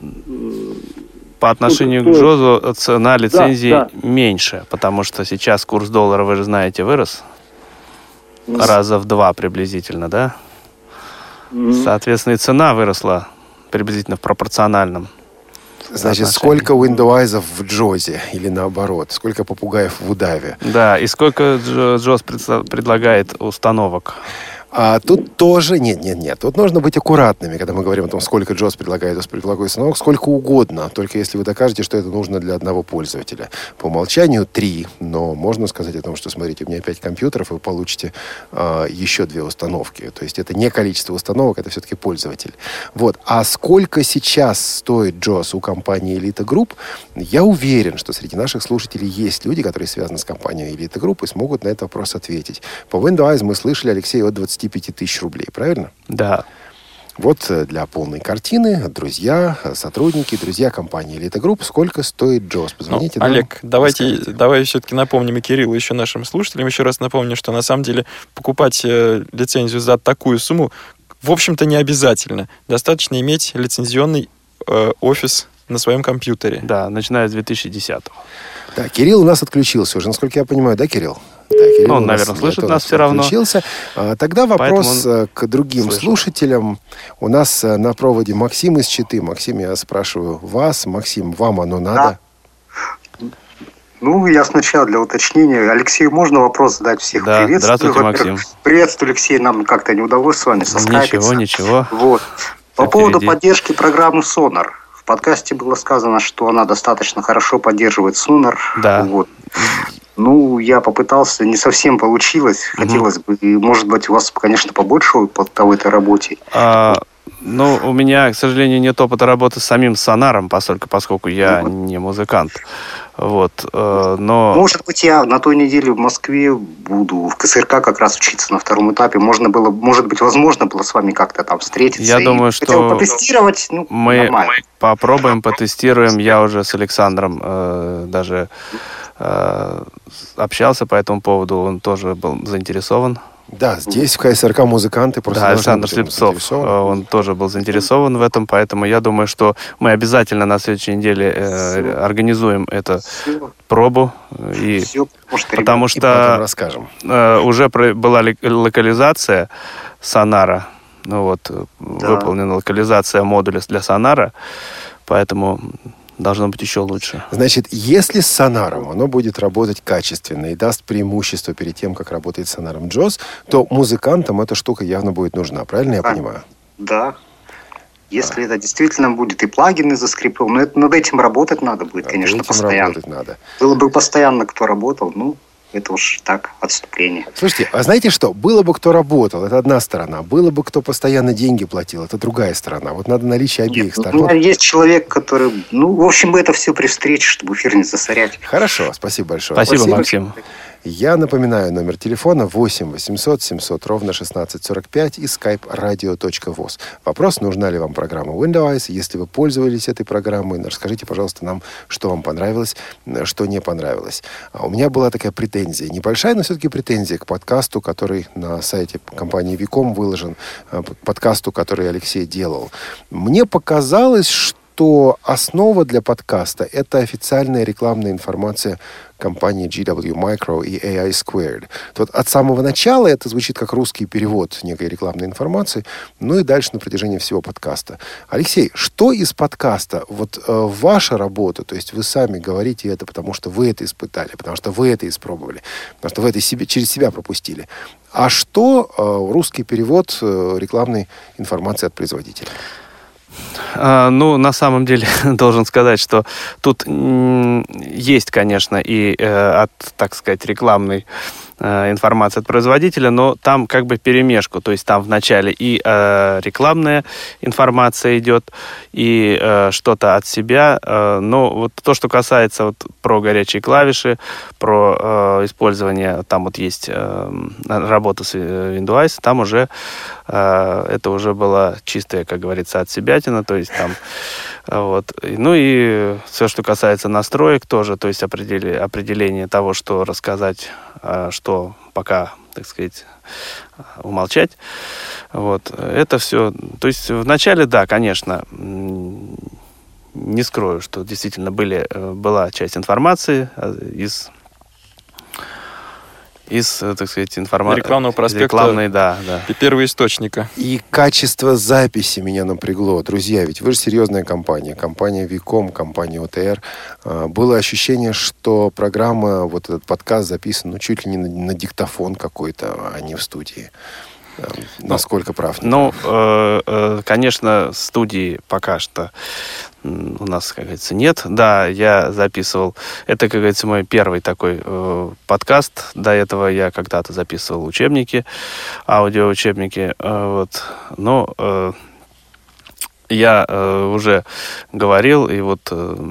По отношению к JAWS цена лицензии меньше, потому что сейчас курс доллара, вы же знаете, вырос раза в 2 приблизительно, да? Соответственно, и цена выросла приблизительно в пропорциональном. Значит, сколько Windows в JAWS или наоборот? Сколько попугаев в удаве? Да, и сколько JAWS предлагает установок? А тут тоже... Нет. Тут нужно быть аккуратными, когда мы говорим о том, сколько JAWS предлагает установок, сколько угодно. Только если вы докажете, что это нужно для одного пользователя. По умолчанию 3, но можно сказать о том, что, смотрите, у меня 5 компьютеров, и вы получите еще 2 установки. То есть это не количество установок, это все-таки пользователь. Вот. А сколько сейчас стоит JAWS у компании Elite Group, я уверен, что среди наших слушателей есть люди, которые связаны с компанией Elite Group и смогут на этот вопрос ответить. По Windows мы слышали, Алексей, от 25 тысяч рублей, правильно? Да. Вот для полной картины, друзья, сотрудники, друзья компании Elite Group, сколько стоит JAWS? Позвоните нам. Олег, давай все-таки напомним и Кириллу, еще нашим слушателям, еще раз напомню, что на самом деле покупать лицензию за такую сумму, в общем-то, не обязательно. Достаточно иметь лицензионный офис на своем компьютере. Да, начиная с 2010-го. Да, Кирилл у нас отключился уже, насколько я понимаю, да, Кирилл? Да, Кирилл он, наверное, слышит нас все равно. Отключился. Тогда вопрос к другим слушателям. У нас на проводе Максим из Читы. Максим, я спрашиваю вас. Максим, вам оно надо? Ну, я сначала для уточнения. Алексею, можно вопрос задать? Всех приветствую. Здравствуйте, Максим. Приветствую, Алексей. Нам как-то не удалось с вами соскайпиться. Ничего. Вот. По поводу поддержки программы Sonar. В подкасте было сказано, что она достаточно хорошо поддерживает Sonar. Да. Вот. Ну, я попытался, не совсем получилось. Хотелось бы, может быть, у вас, конечно, побольше опыта в этой работе. Ну, у меня, к сожалению, нет опыта работы с самим Сонаром, поскольку я не музыкант. Вот, но... Может быть, я на той неделе в Москве буду в КСРК как раз учиться на 2-м этапе. Может быть, возможно было с вами как-то там встретиться. Я думаю, что потестировать, мы попробуем, потестируем. Я уже с Александром даже общался по этому поводу. Он тоже был заинтересован. Да, здесь в КСРК музыканты просто... Да, Александр Слепцов, он тоже был заинтересован в этом, поэтому я думаю, что мы обязательно на следующей неделе организуем эту пробу. Потому что уже была локализация Сонара, выполнена локализация модуля для Сонара, поэтому... должно быть еще лучше. Значит, если с сонаром оно будет работать качественно и даст преимущество перед тем, как работает с сонаром JAWS, то музыкантам эта штука явно будет нужна. Правильно я понимаю? Да. Если это действительно будет и плагины заскриптованы, но над этим работать надо будет, конечно, постоянно. Было бы постоянно кто работал, это уж так, отступление. Слушайте, а знаете что? Было бы кто работал, это одна сторона. Было бы кто постоянно деньги платил, это другая сторона. Вот надо наличие обеих сторон. У меня есть человек, который... в общем, это все при встрече, чтобы эфир не засорять. Хорошо, спасибо большое. Спасибо, Максим. Я напоминаю, номер телефона 8 800 700 ровно 1645 и skype radio.voz. Вопрос, нужна ли вам программа Windows. Если вы пользовались этой программой, расскажите, пожалуйста, нам, что вам понравилось, что не понравилось. У меня была такая претензия, небольшая, но все-таки претензия к подкасту, который на сайте компании Виком выложен, подкасту, который Алексей делал. Мне показалось, что основа для подкаста – это официальная рекламная информация компании GW Micro и AI Squared. Вот от самого начала это звучит как русский перевод некой рекламной информации, и дальше на протяжении всего подкаста. Алексей, что из подкаста, ваша работа, то есть вы сами говорите это, потому что вы это испытали, потому что вы это испробовали, потому что вы это через себя пропустили. А что русский перевод рекламной информации от производителя? На самом деле, должен сказать, что тут есть, конечно, и так сказать, рекламной информации от производителя, но там как бы перемешку. То есть там вначале и рекламная информация идет, и что-то от себя. Но вот то, что касается про горячие клавиши, про использование, там есть работа с Windows, там уже это уже была чистая, как говорится, от себятина, то есть там и все, что касается настроек тоже, то есть определение того, что рассказать, что пока, так сказать, умолчать. Это все. То есть вначале, да, конечно, не скрою, что действительно была часть информации из, так сказать, информации. Рекламного проспекта. Рекламной, да. И первоисточника. И качество записи меня напрягло. Друзья, ведь вы же серьезная компания. Компания Виком, компания ОТР. Было ощущение, что программа, этот подкаст записан чуть ли не на диктофон какой-то, а не в студии. насколько прав? Ну, конечно, студии пока что у нас, как говорится, нет. Да, я записывал. Это, как говорится, мой первый такой подкаст. До этого я когда-то записывал учебники, аудиоучебники. Вот. Но я уже говорил, и вот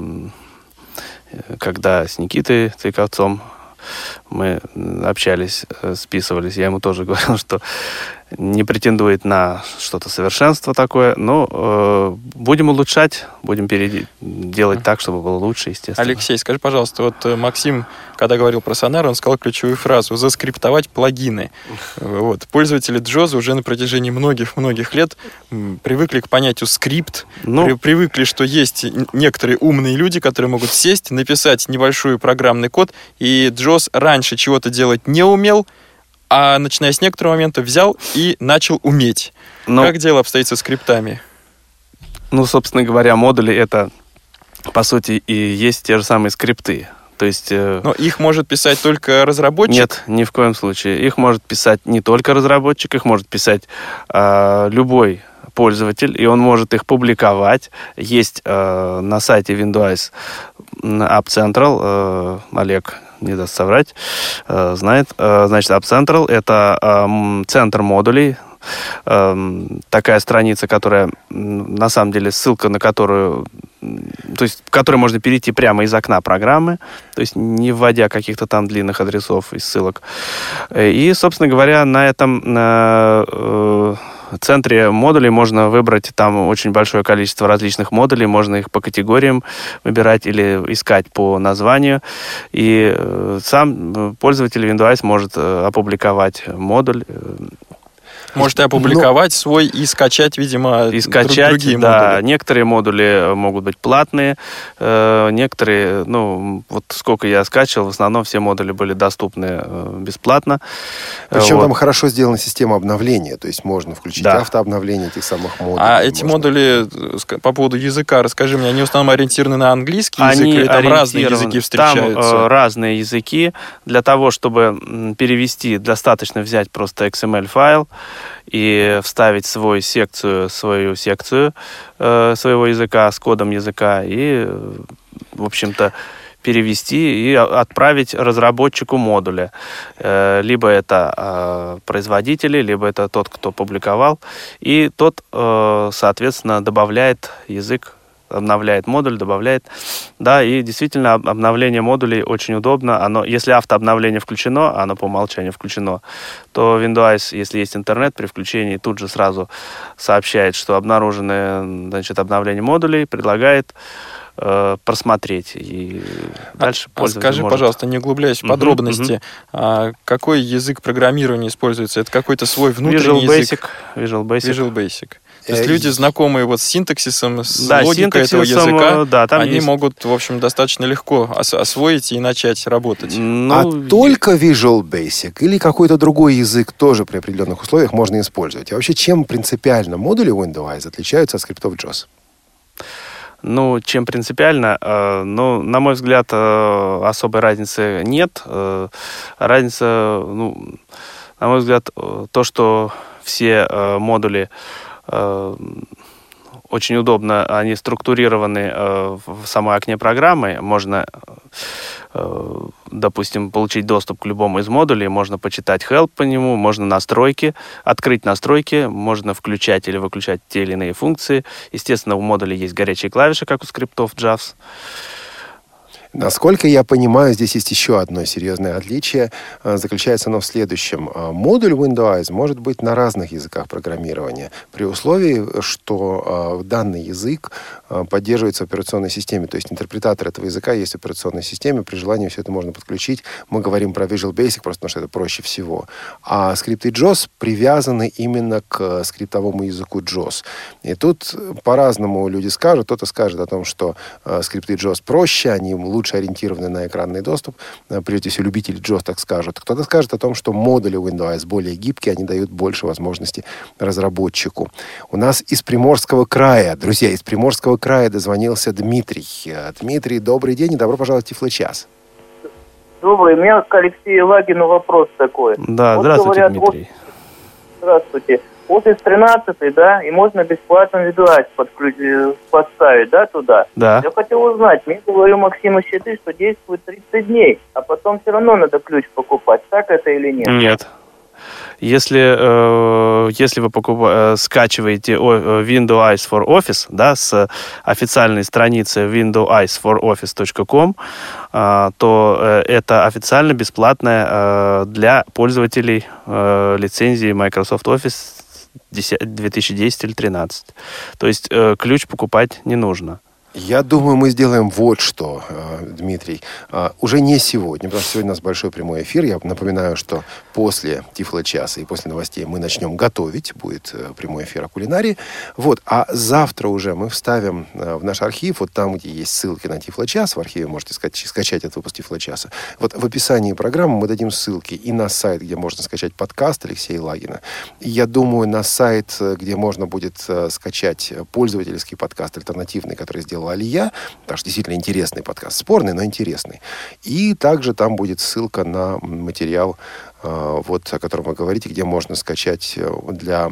когда с Никитой Цейковцом мы общались, списывались, я ему тоже говорил, что не претендует на что-то совершенство такое, но будем улучшать, будем делать так, чтобы было лучше, естественно. Алексей, скажи, пожалуйста, вот Максим, когда говорил про Sonar, он сказал ключевую фразу «заскриптовать плагины». Вот. Пользователи JAWS уже на протяжении многих лет привыкли к понятию скрипт, привыкли, что есть некоторые умные люди, которые могут сесть, написать небольшой программный код, и JAWS раньше чего-то делать не умел, а начиная с некоторого момента взял и начал уметь. Как дело обстоит со скриптами? Ну, собственно говоря, модули — это, по сути, и есть те же самые скрипты. То есть, но их может писать только разработчик? Нет, ни в коем случае. Их может писать не только разработчик, их может писать любой пользователь, и он может их публиковать. Есть на сайте Windows App Central, Олег не даст соврать, знает. Значит, App Central — это центр модулей, такая страница, которая, на самом деле, ссылка на которую, то есть, в которой можно перейти прямо из окна программы, то есть, не вводя каких-то там длинных адресов и ссылок. И, собственно говоря, на этом центре модулей можно выбрать, там очень большое количество различных модулей, можно их по категориям выбирать или искать по названию, и сам пользователь Windows может опубликовать модуль. Можете опубликовать свой и скачать, видимо, другие модули. Некоторые модули могут быть платные, некоторые, вот сколько я скачивал, в основном все модули были доступны бесплатно. Причем там хорошо сделана система обновления, то есть можно включить автообновление этих самых модулей. А эти модули, по поводу языка, расскажи мне, они в основном ориентированы на английский язык, или там разные языки встречаются? Там разные языки. Для того, чтобы перевести, достаточно взять просто XML-файл, и вставить свою секцию своего языка с кодом языка и, в общем-то, перевести и отправить разработчику модуля. Либо это производители, либо это тот, кто публиковал. И тот, соответственно, добавляет язык, обновляет модуль, добавляет. Да, и действительно обновление модулей очень удобно. Если автообновление включено, оно по умолчанию включено, то Windows, если есть интернет, при включении тут же сразу сообщает, что обнаружено, обновление модулей, предлагает просмотреть. И дальше пользователь скажи, может... пожалуйста, не углубляясь в подробности, какой язык программирования используется? Это какой-то свой внутренний язык? Visual Basic. То есть люди, знакомые с синтаксисом, с логикой этого языка, они могут, в общем, достаточно легко освоить и начать работать. Только Visual Basic или какой-то другой язык тоже при определенных условиях можно использовать? А вообще, чем принципиально модули Windows отличаются от скриптов JAWS? Чем принципиально? На мой взгляд, особой разницы нет. Разница, на мой взгляд, то, что все модули очень удобно, они структурированы в самой окне программы. Можно, допустим, получить доступ к любому из модулей, можно почитать help по нему, можно настройки, открыть настройки, можно включать или выключать те или иные функции. Естественно, у модулей есть горячие клавиши, как у скриптов JAWS. Насколько я понимаю, здесь есть еще одно серьезное отличие. Заключается оно в следующем. Модуль Windows может быть на разных языках программирования, при условии, что данный язык поддерживается в операционной системе. То есть интерпретатор этого языка есть в операционной системе. При желании все это можно подключить. Мы говорим про Visual Basic, просто потому что это проще всего. А скрипты JAWS привязаны именно к скриптовому языку JAWS. И тут по-разному люди скажут. Кто-то скажет о том, что скрипты JAWS проще, они лучше ориентированы на экранный доступ. Прежде всего, любители JAWS так скажут. Кто-то скажет о том, что модули Windows более гибкие, они дают больше возможностей разработчику. У нас из Приморского края, друзья, из Приморского края дозвонился Дмитрий. Дмитрий, добрый день и добро пожаловать в Тифлочас. Добрый. У меня к Алексею Лагину вопрос такой. Да, здравствуйте, Дмитрий. здравствуйте, Office 13, да, и можно бесплатно Windows подставить, да, туда. Да. Я хотел узнать, мне говорил Максим из Читы, что действует 30 дней, а потом все равно надо ключ покупать. Так это или нет? Нет. Если вы скачиваете Windows for Office, да, с официальной страницы windowsforoffice.com, то это официально бесплатная для пользователей лицензии Microsoft Office 2010 или 2013. То есть ключ покупать не нужно. Я думаю, мы сделаем вот что, Дмитрий. Уже не сегодня, потому что сегодня у нас большой прямой эфир. Я напоминаю, что после Тифло-часа и после новостей мы начнем готовить. Будет прямой эфир о кулинарии. Вот. А завтра уже мы вставим в наш архив, вот там, где есть ссылки на Тифло-час, в архиве можете скачать этот выпуск Тифло-часа. Вот в описании программы мы дадим ссылки и на сайт, где можно скачать подкаст Алексея Лагина. И я думаю, на сайт, где можно будет скачать пользовательский подкаст альтернативный, который сделал Алия, потому что действительно интересный подкаст, спорный, но интересный. И также там будет ссылка на материал, вот, о котором вы говорите, где можно скачать для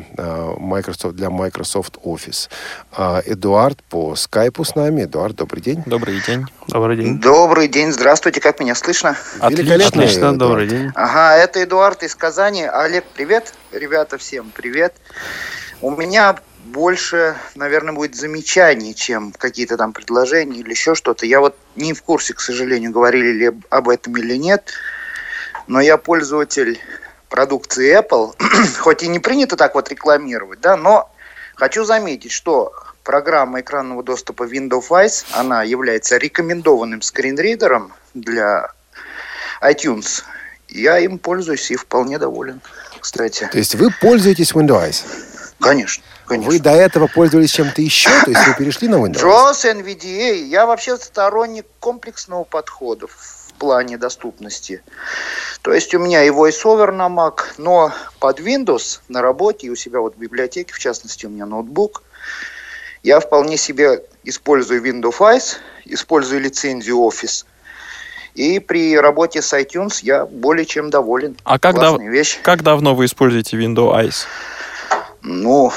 Microsoft Office. Эдуард по скайпу с нами. Эдуард, добрый день. Добрый день. Добрый день. Добрый день, здравствуйте, как меня слышно? Великолепно. Отлично, добрый день. Ага, это Эдуард из Казани. Олег, привет. Ребята, всем привет. У меня больше, наверное, будет замечаний, чем какие-то там предложения или еще что-то. Я вот не в курсе, к сожалению, говорили ли об этом или нет, но я пользователь продукции Apple, хоть и не принято так вот рекламировать, да, но хочу заметить, что программа экранного доступа Windows Eyes, она является рекомендованным скринридером для iTunes. Я им пользуюсь и вполне доволен, кстати. То есть вы пользуетесь Windows? Конечно. Конечно. Вы до этого пользовались чем-то еще? То есть вы перешли на Windows? JAWS, NVDA. Я вообще сторонник комплексного подхода в плане доступности. То есть у меня и VoiceOver на Mac, но под Windows на работе и у себя вот в библиотеке, в частности, у меня ноутбук. Я вполне себе использую Windows Eyes, использую лицензию Office. И при работе с iTunes я более чем доволен. А как давно вы используете Windows Eyes? Ну,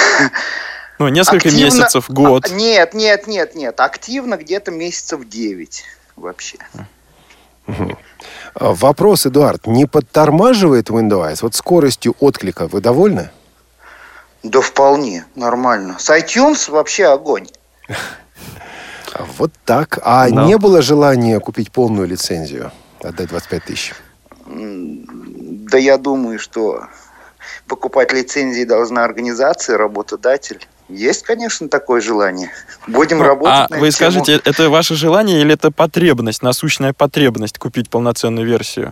несколько месяцев, год. Нет. Активно где-то месяцев 9 вообще. Вопрос, Эдуард. Не подтормаживает Windows? Вот скоростью отклика вы довольны? Да вполне, нормально. С iTunes вообще огонь. Вот так. А не было желания купить полную лицензию? Отдать 25 тысяч? Да я думаю, что покупать лицензии должна организация, работодатель. Есть, конечно, такое желание. Будем работать на вы эту тему. скажите, это ваше желание или это потребность, насущная потребность купить полноценную версию?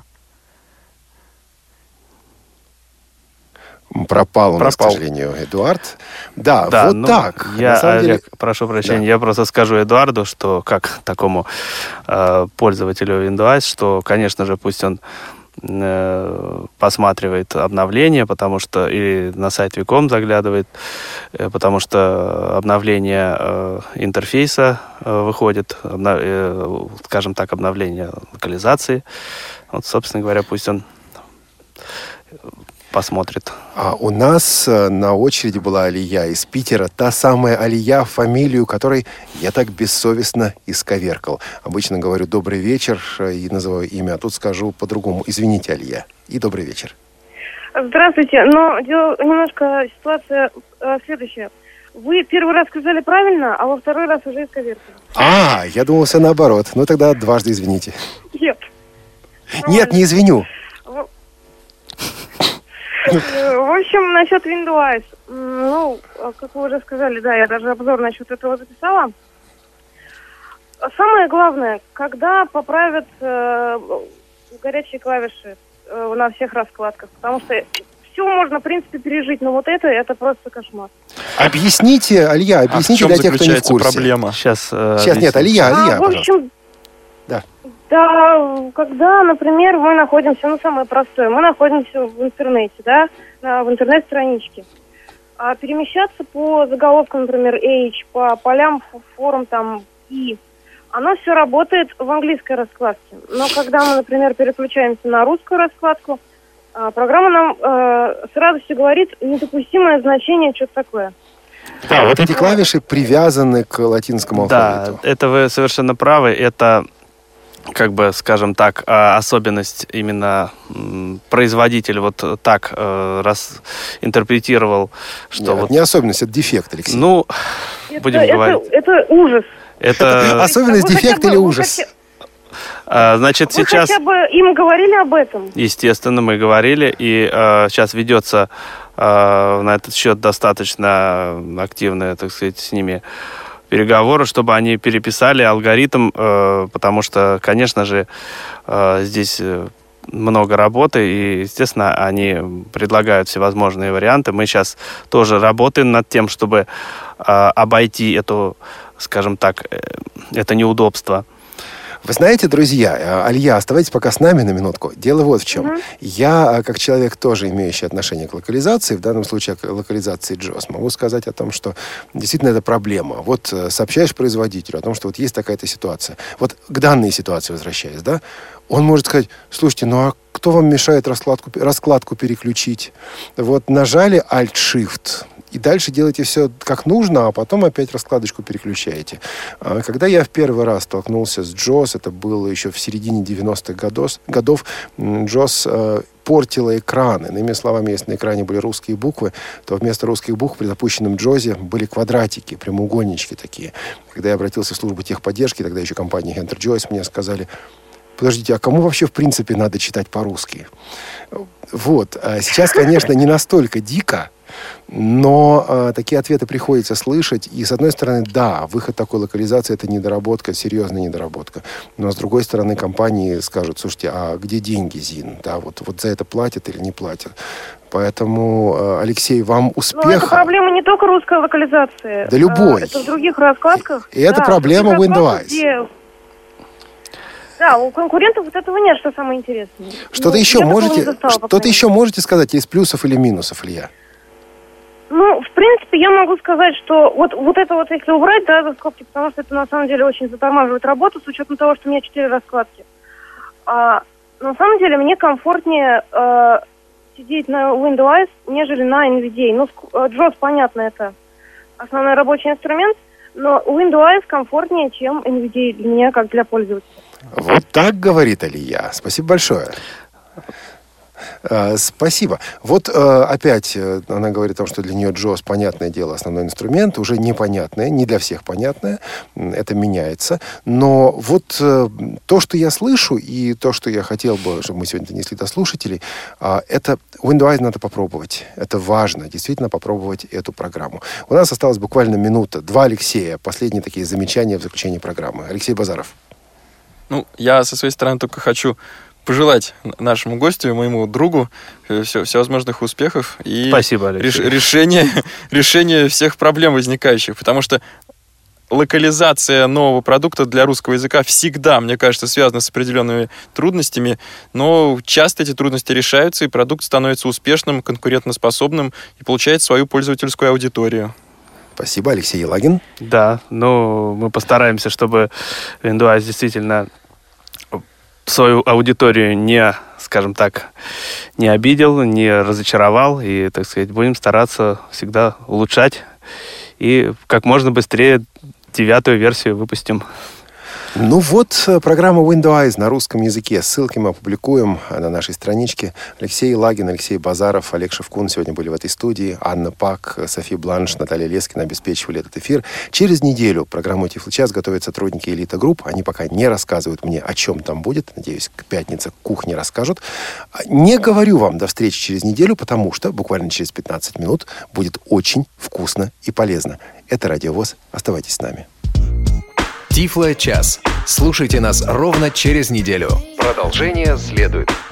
Пропал у нас, к сожалению, Эдуард. Да, вот так. Олег, прошу прощения, я просто скажу Эдуарду, что как такому пользователю Windows, что, конечно же, пусть он посматривает обновления, потому что и на сайт Виком заглядывает, потому что обновление интерфейса выходит, скажем так, обновление локализации. Вот, собственно говоря, пусть он посмотрит. А у нас на очереди была Алия из Питера. Та самая Алия, фамилию которой я так бессовестно исковеркал. Обычно говорю «добрый вечер» и называю имя, а тут скажу по-другому. Извините, Алия. И добрый вечер. Здравствуйте. Но немножко ситуация следующая. Вы первый раз сказали правильно, а во второй раз уже исковеркали. Я думал, все наоборот. Ну тогда дважды извините. Нет. Нет, не извиню. В общем, насчет Windows. Ну, как вы уже сказали, да, я даже обзор насчет этого записала. Самое главное, когда поправят горячие клавиши на всех раскладках, потому что все можно, в принципе, пережить, но вот это просто кошмар. Объясните, Алия, объясните для тех, кто не в курсе. Проблема? Сейчас нет, Алия, в общем, да. Да, когда, например, мы находимся, самое простое, мы находимся в интернете, да, в интернет-страничке. А перемещаться по заголовкам, например, H, по полям форум, там, и оно все работает в английской раскладке. Но когда мы, например, переключаемся на русскую раскладку, программа нам с радостью говорит недопустимое значение, что-то такое. Да, вот эти клавиши привязаны к латинскому алфавиту. Да, это вы совершенно правы. Это, как бы, скажем так, особенность именно производитель вот так интерпретировал, что Нет, вот... не особенность, это дефект, Алексей. Ну, будем говорить... Это ужас. Это особенность, дефект или ужас? Значит, вы сейчас... хотя бы им говорили об этом? Естественно, мы говорили, и сейчас ведется на этот счет достаточно активные, так сказать, с ними переговоры, чтобы они переписали алгоритм, потому что, конечно же, здесь много работы, и, естественно, они предлагают всевозможные варианты. Мы сейчас тоже работаем над тем, чтобы обойти эту, скажем так, это неудобство. Вы знаете, друзья, Алия, оставайтесь пока с нами на минутку. Дело вот в чем. Я, как человек, тоже имеющий отношение к локализации, в данном случае к локализации JAWS, могу сказать о том, что действительно это проблема. Вот сообщаешь производителю о том, что вот есть такая-то ситуация. Вот к данной ситуации возвращаясь, да, он может сказать: слушайте, ну а кто вам мешает раскладку переключить? Вот нажали Alt-Shift, и дальше делаете все как нужно, а потом опять раскладочку переключаете. Когда я в первый раз столкнулся с JAWS, это было еще в середине 90-х годов, JAWS портила экраны. Иными словами, если на экране были русские буквы, то вместо русских букв при запущенном JAWS были квадратики, прямоугольнички такие. Когда я обратился в службу техподдержки, тогда еще компания EnterJoys, мне сказали: подождите, а кому вообще в принципе надо читать по-русски? Вот. Сейчас, конечно, не настолько дико, но такие ответы приходится слышать. И, с одной стороны, да, выход такой локализации – это недоработка, серьезная недоработка. Но, с другой стороны, компании скажут: слушайте, а где деньги, ЗИН? Да, вот за это платят или не платят? Поэтому, Алексей, вам успеха. Но это проблема не только русской локализации. Да любой. Это в других раскладках. И это проблема Windows. Да, у конкурентов вот этого нет, что самое интересное. Что-то еще можете сказать из плюсов или минусов, Илья? Ну, в принципе, я могу сказать, что вот это вот, если убрать, да, раскладки, потому что это на самом деле очень затормаживает работу, с учетом того, что у меня 4 раскладки. На самом деле мне комфортнее сидеть на Windows, нежели на NVDA. Ну, JAWS, понятно, это основной рабочий инструмент, но Windows комфортнее, чем NVDA для меня, как для пользователя. Вот так говорит Алия. Спасибо большое. Спасибо. Вот опять она говорит о том, что для нее JAWS, понятное дело, основной инструмент, уже непонятное, не для всех понятное, это меняется. Но вот то, что я слышу, и то, что я хотел бы, чтобы мы сегодня донесли до слушателей, это Windows надо попробовать. Это важно, действительно попробовать эту программу. У нас осталась буквально минута. 2 Алексея. Последние такие замечания в заключении программы. Алексей Базаров. Ну, я со своей стороны только хочу пожелать нашему гостю, моему другу всевозможных успехов и спасибо, Алексей. решения всех проблем возникающих, потому что локализация нового продукта для русского языка всегда, мне кажется, связана с определенными трудностями, но часто эти трудности решаются, и продукт становится успешным, конкурентоспособным и получает свою пользовательскую аудиторию. Спасибо, Алексей Елагин. Да, ну, мы постараемся, чтобы Windows действительно свою аудиторию не, скажем так, не обидел, не разочаровал. И, так сказать, будем стараться всегда улучшать. И как можно быстрее 9-ю версию выпустим. Ну вот, программа Windows на русском языке. Ссылки мы опубликуем на нашей страничке. Алексей Лагин, Алексей Базаров, Олег Шевкун сегодня были в этой студии. Анна Пак, София Бланш, Наталья Лескина обеспечивали этот эфир. Через неделю программу «Тифлочас» готовят сотрудники «Элита Групп». Они пока не рассказывают мне, о чем там будет. Надеюсь, к пятнице к кухне расскажут. Не говорю вам до встречи через неделю, потому что буквально через 15 минут будет очень вкусно и полезно. Это Радио ВОС. Оставайтесь с нами. Тифло-час. Слушайте нас ровно через неделю. Продолжение следует.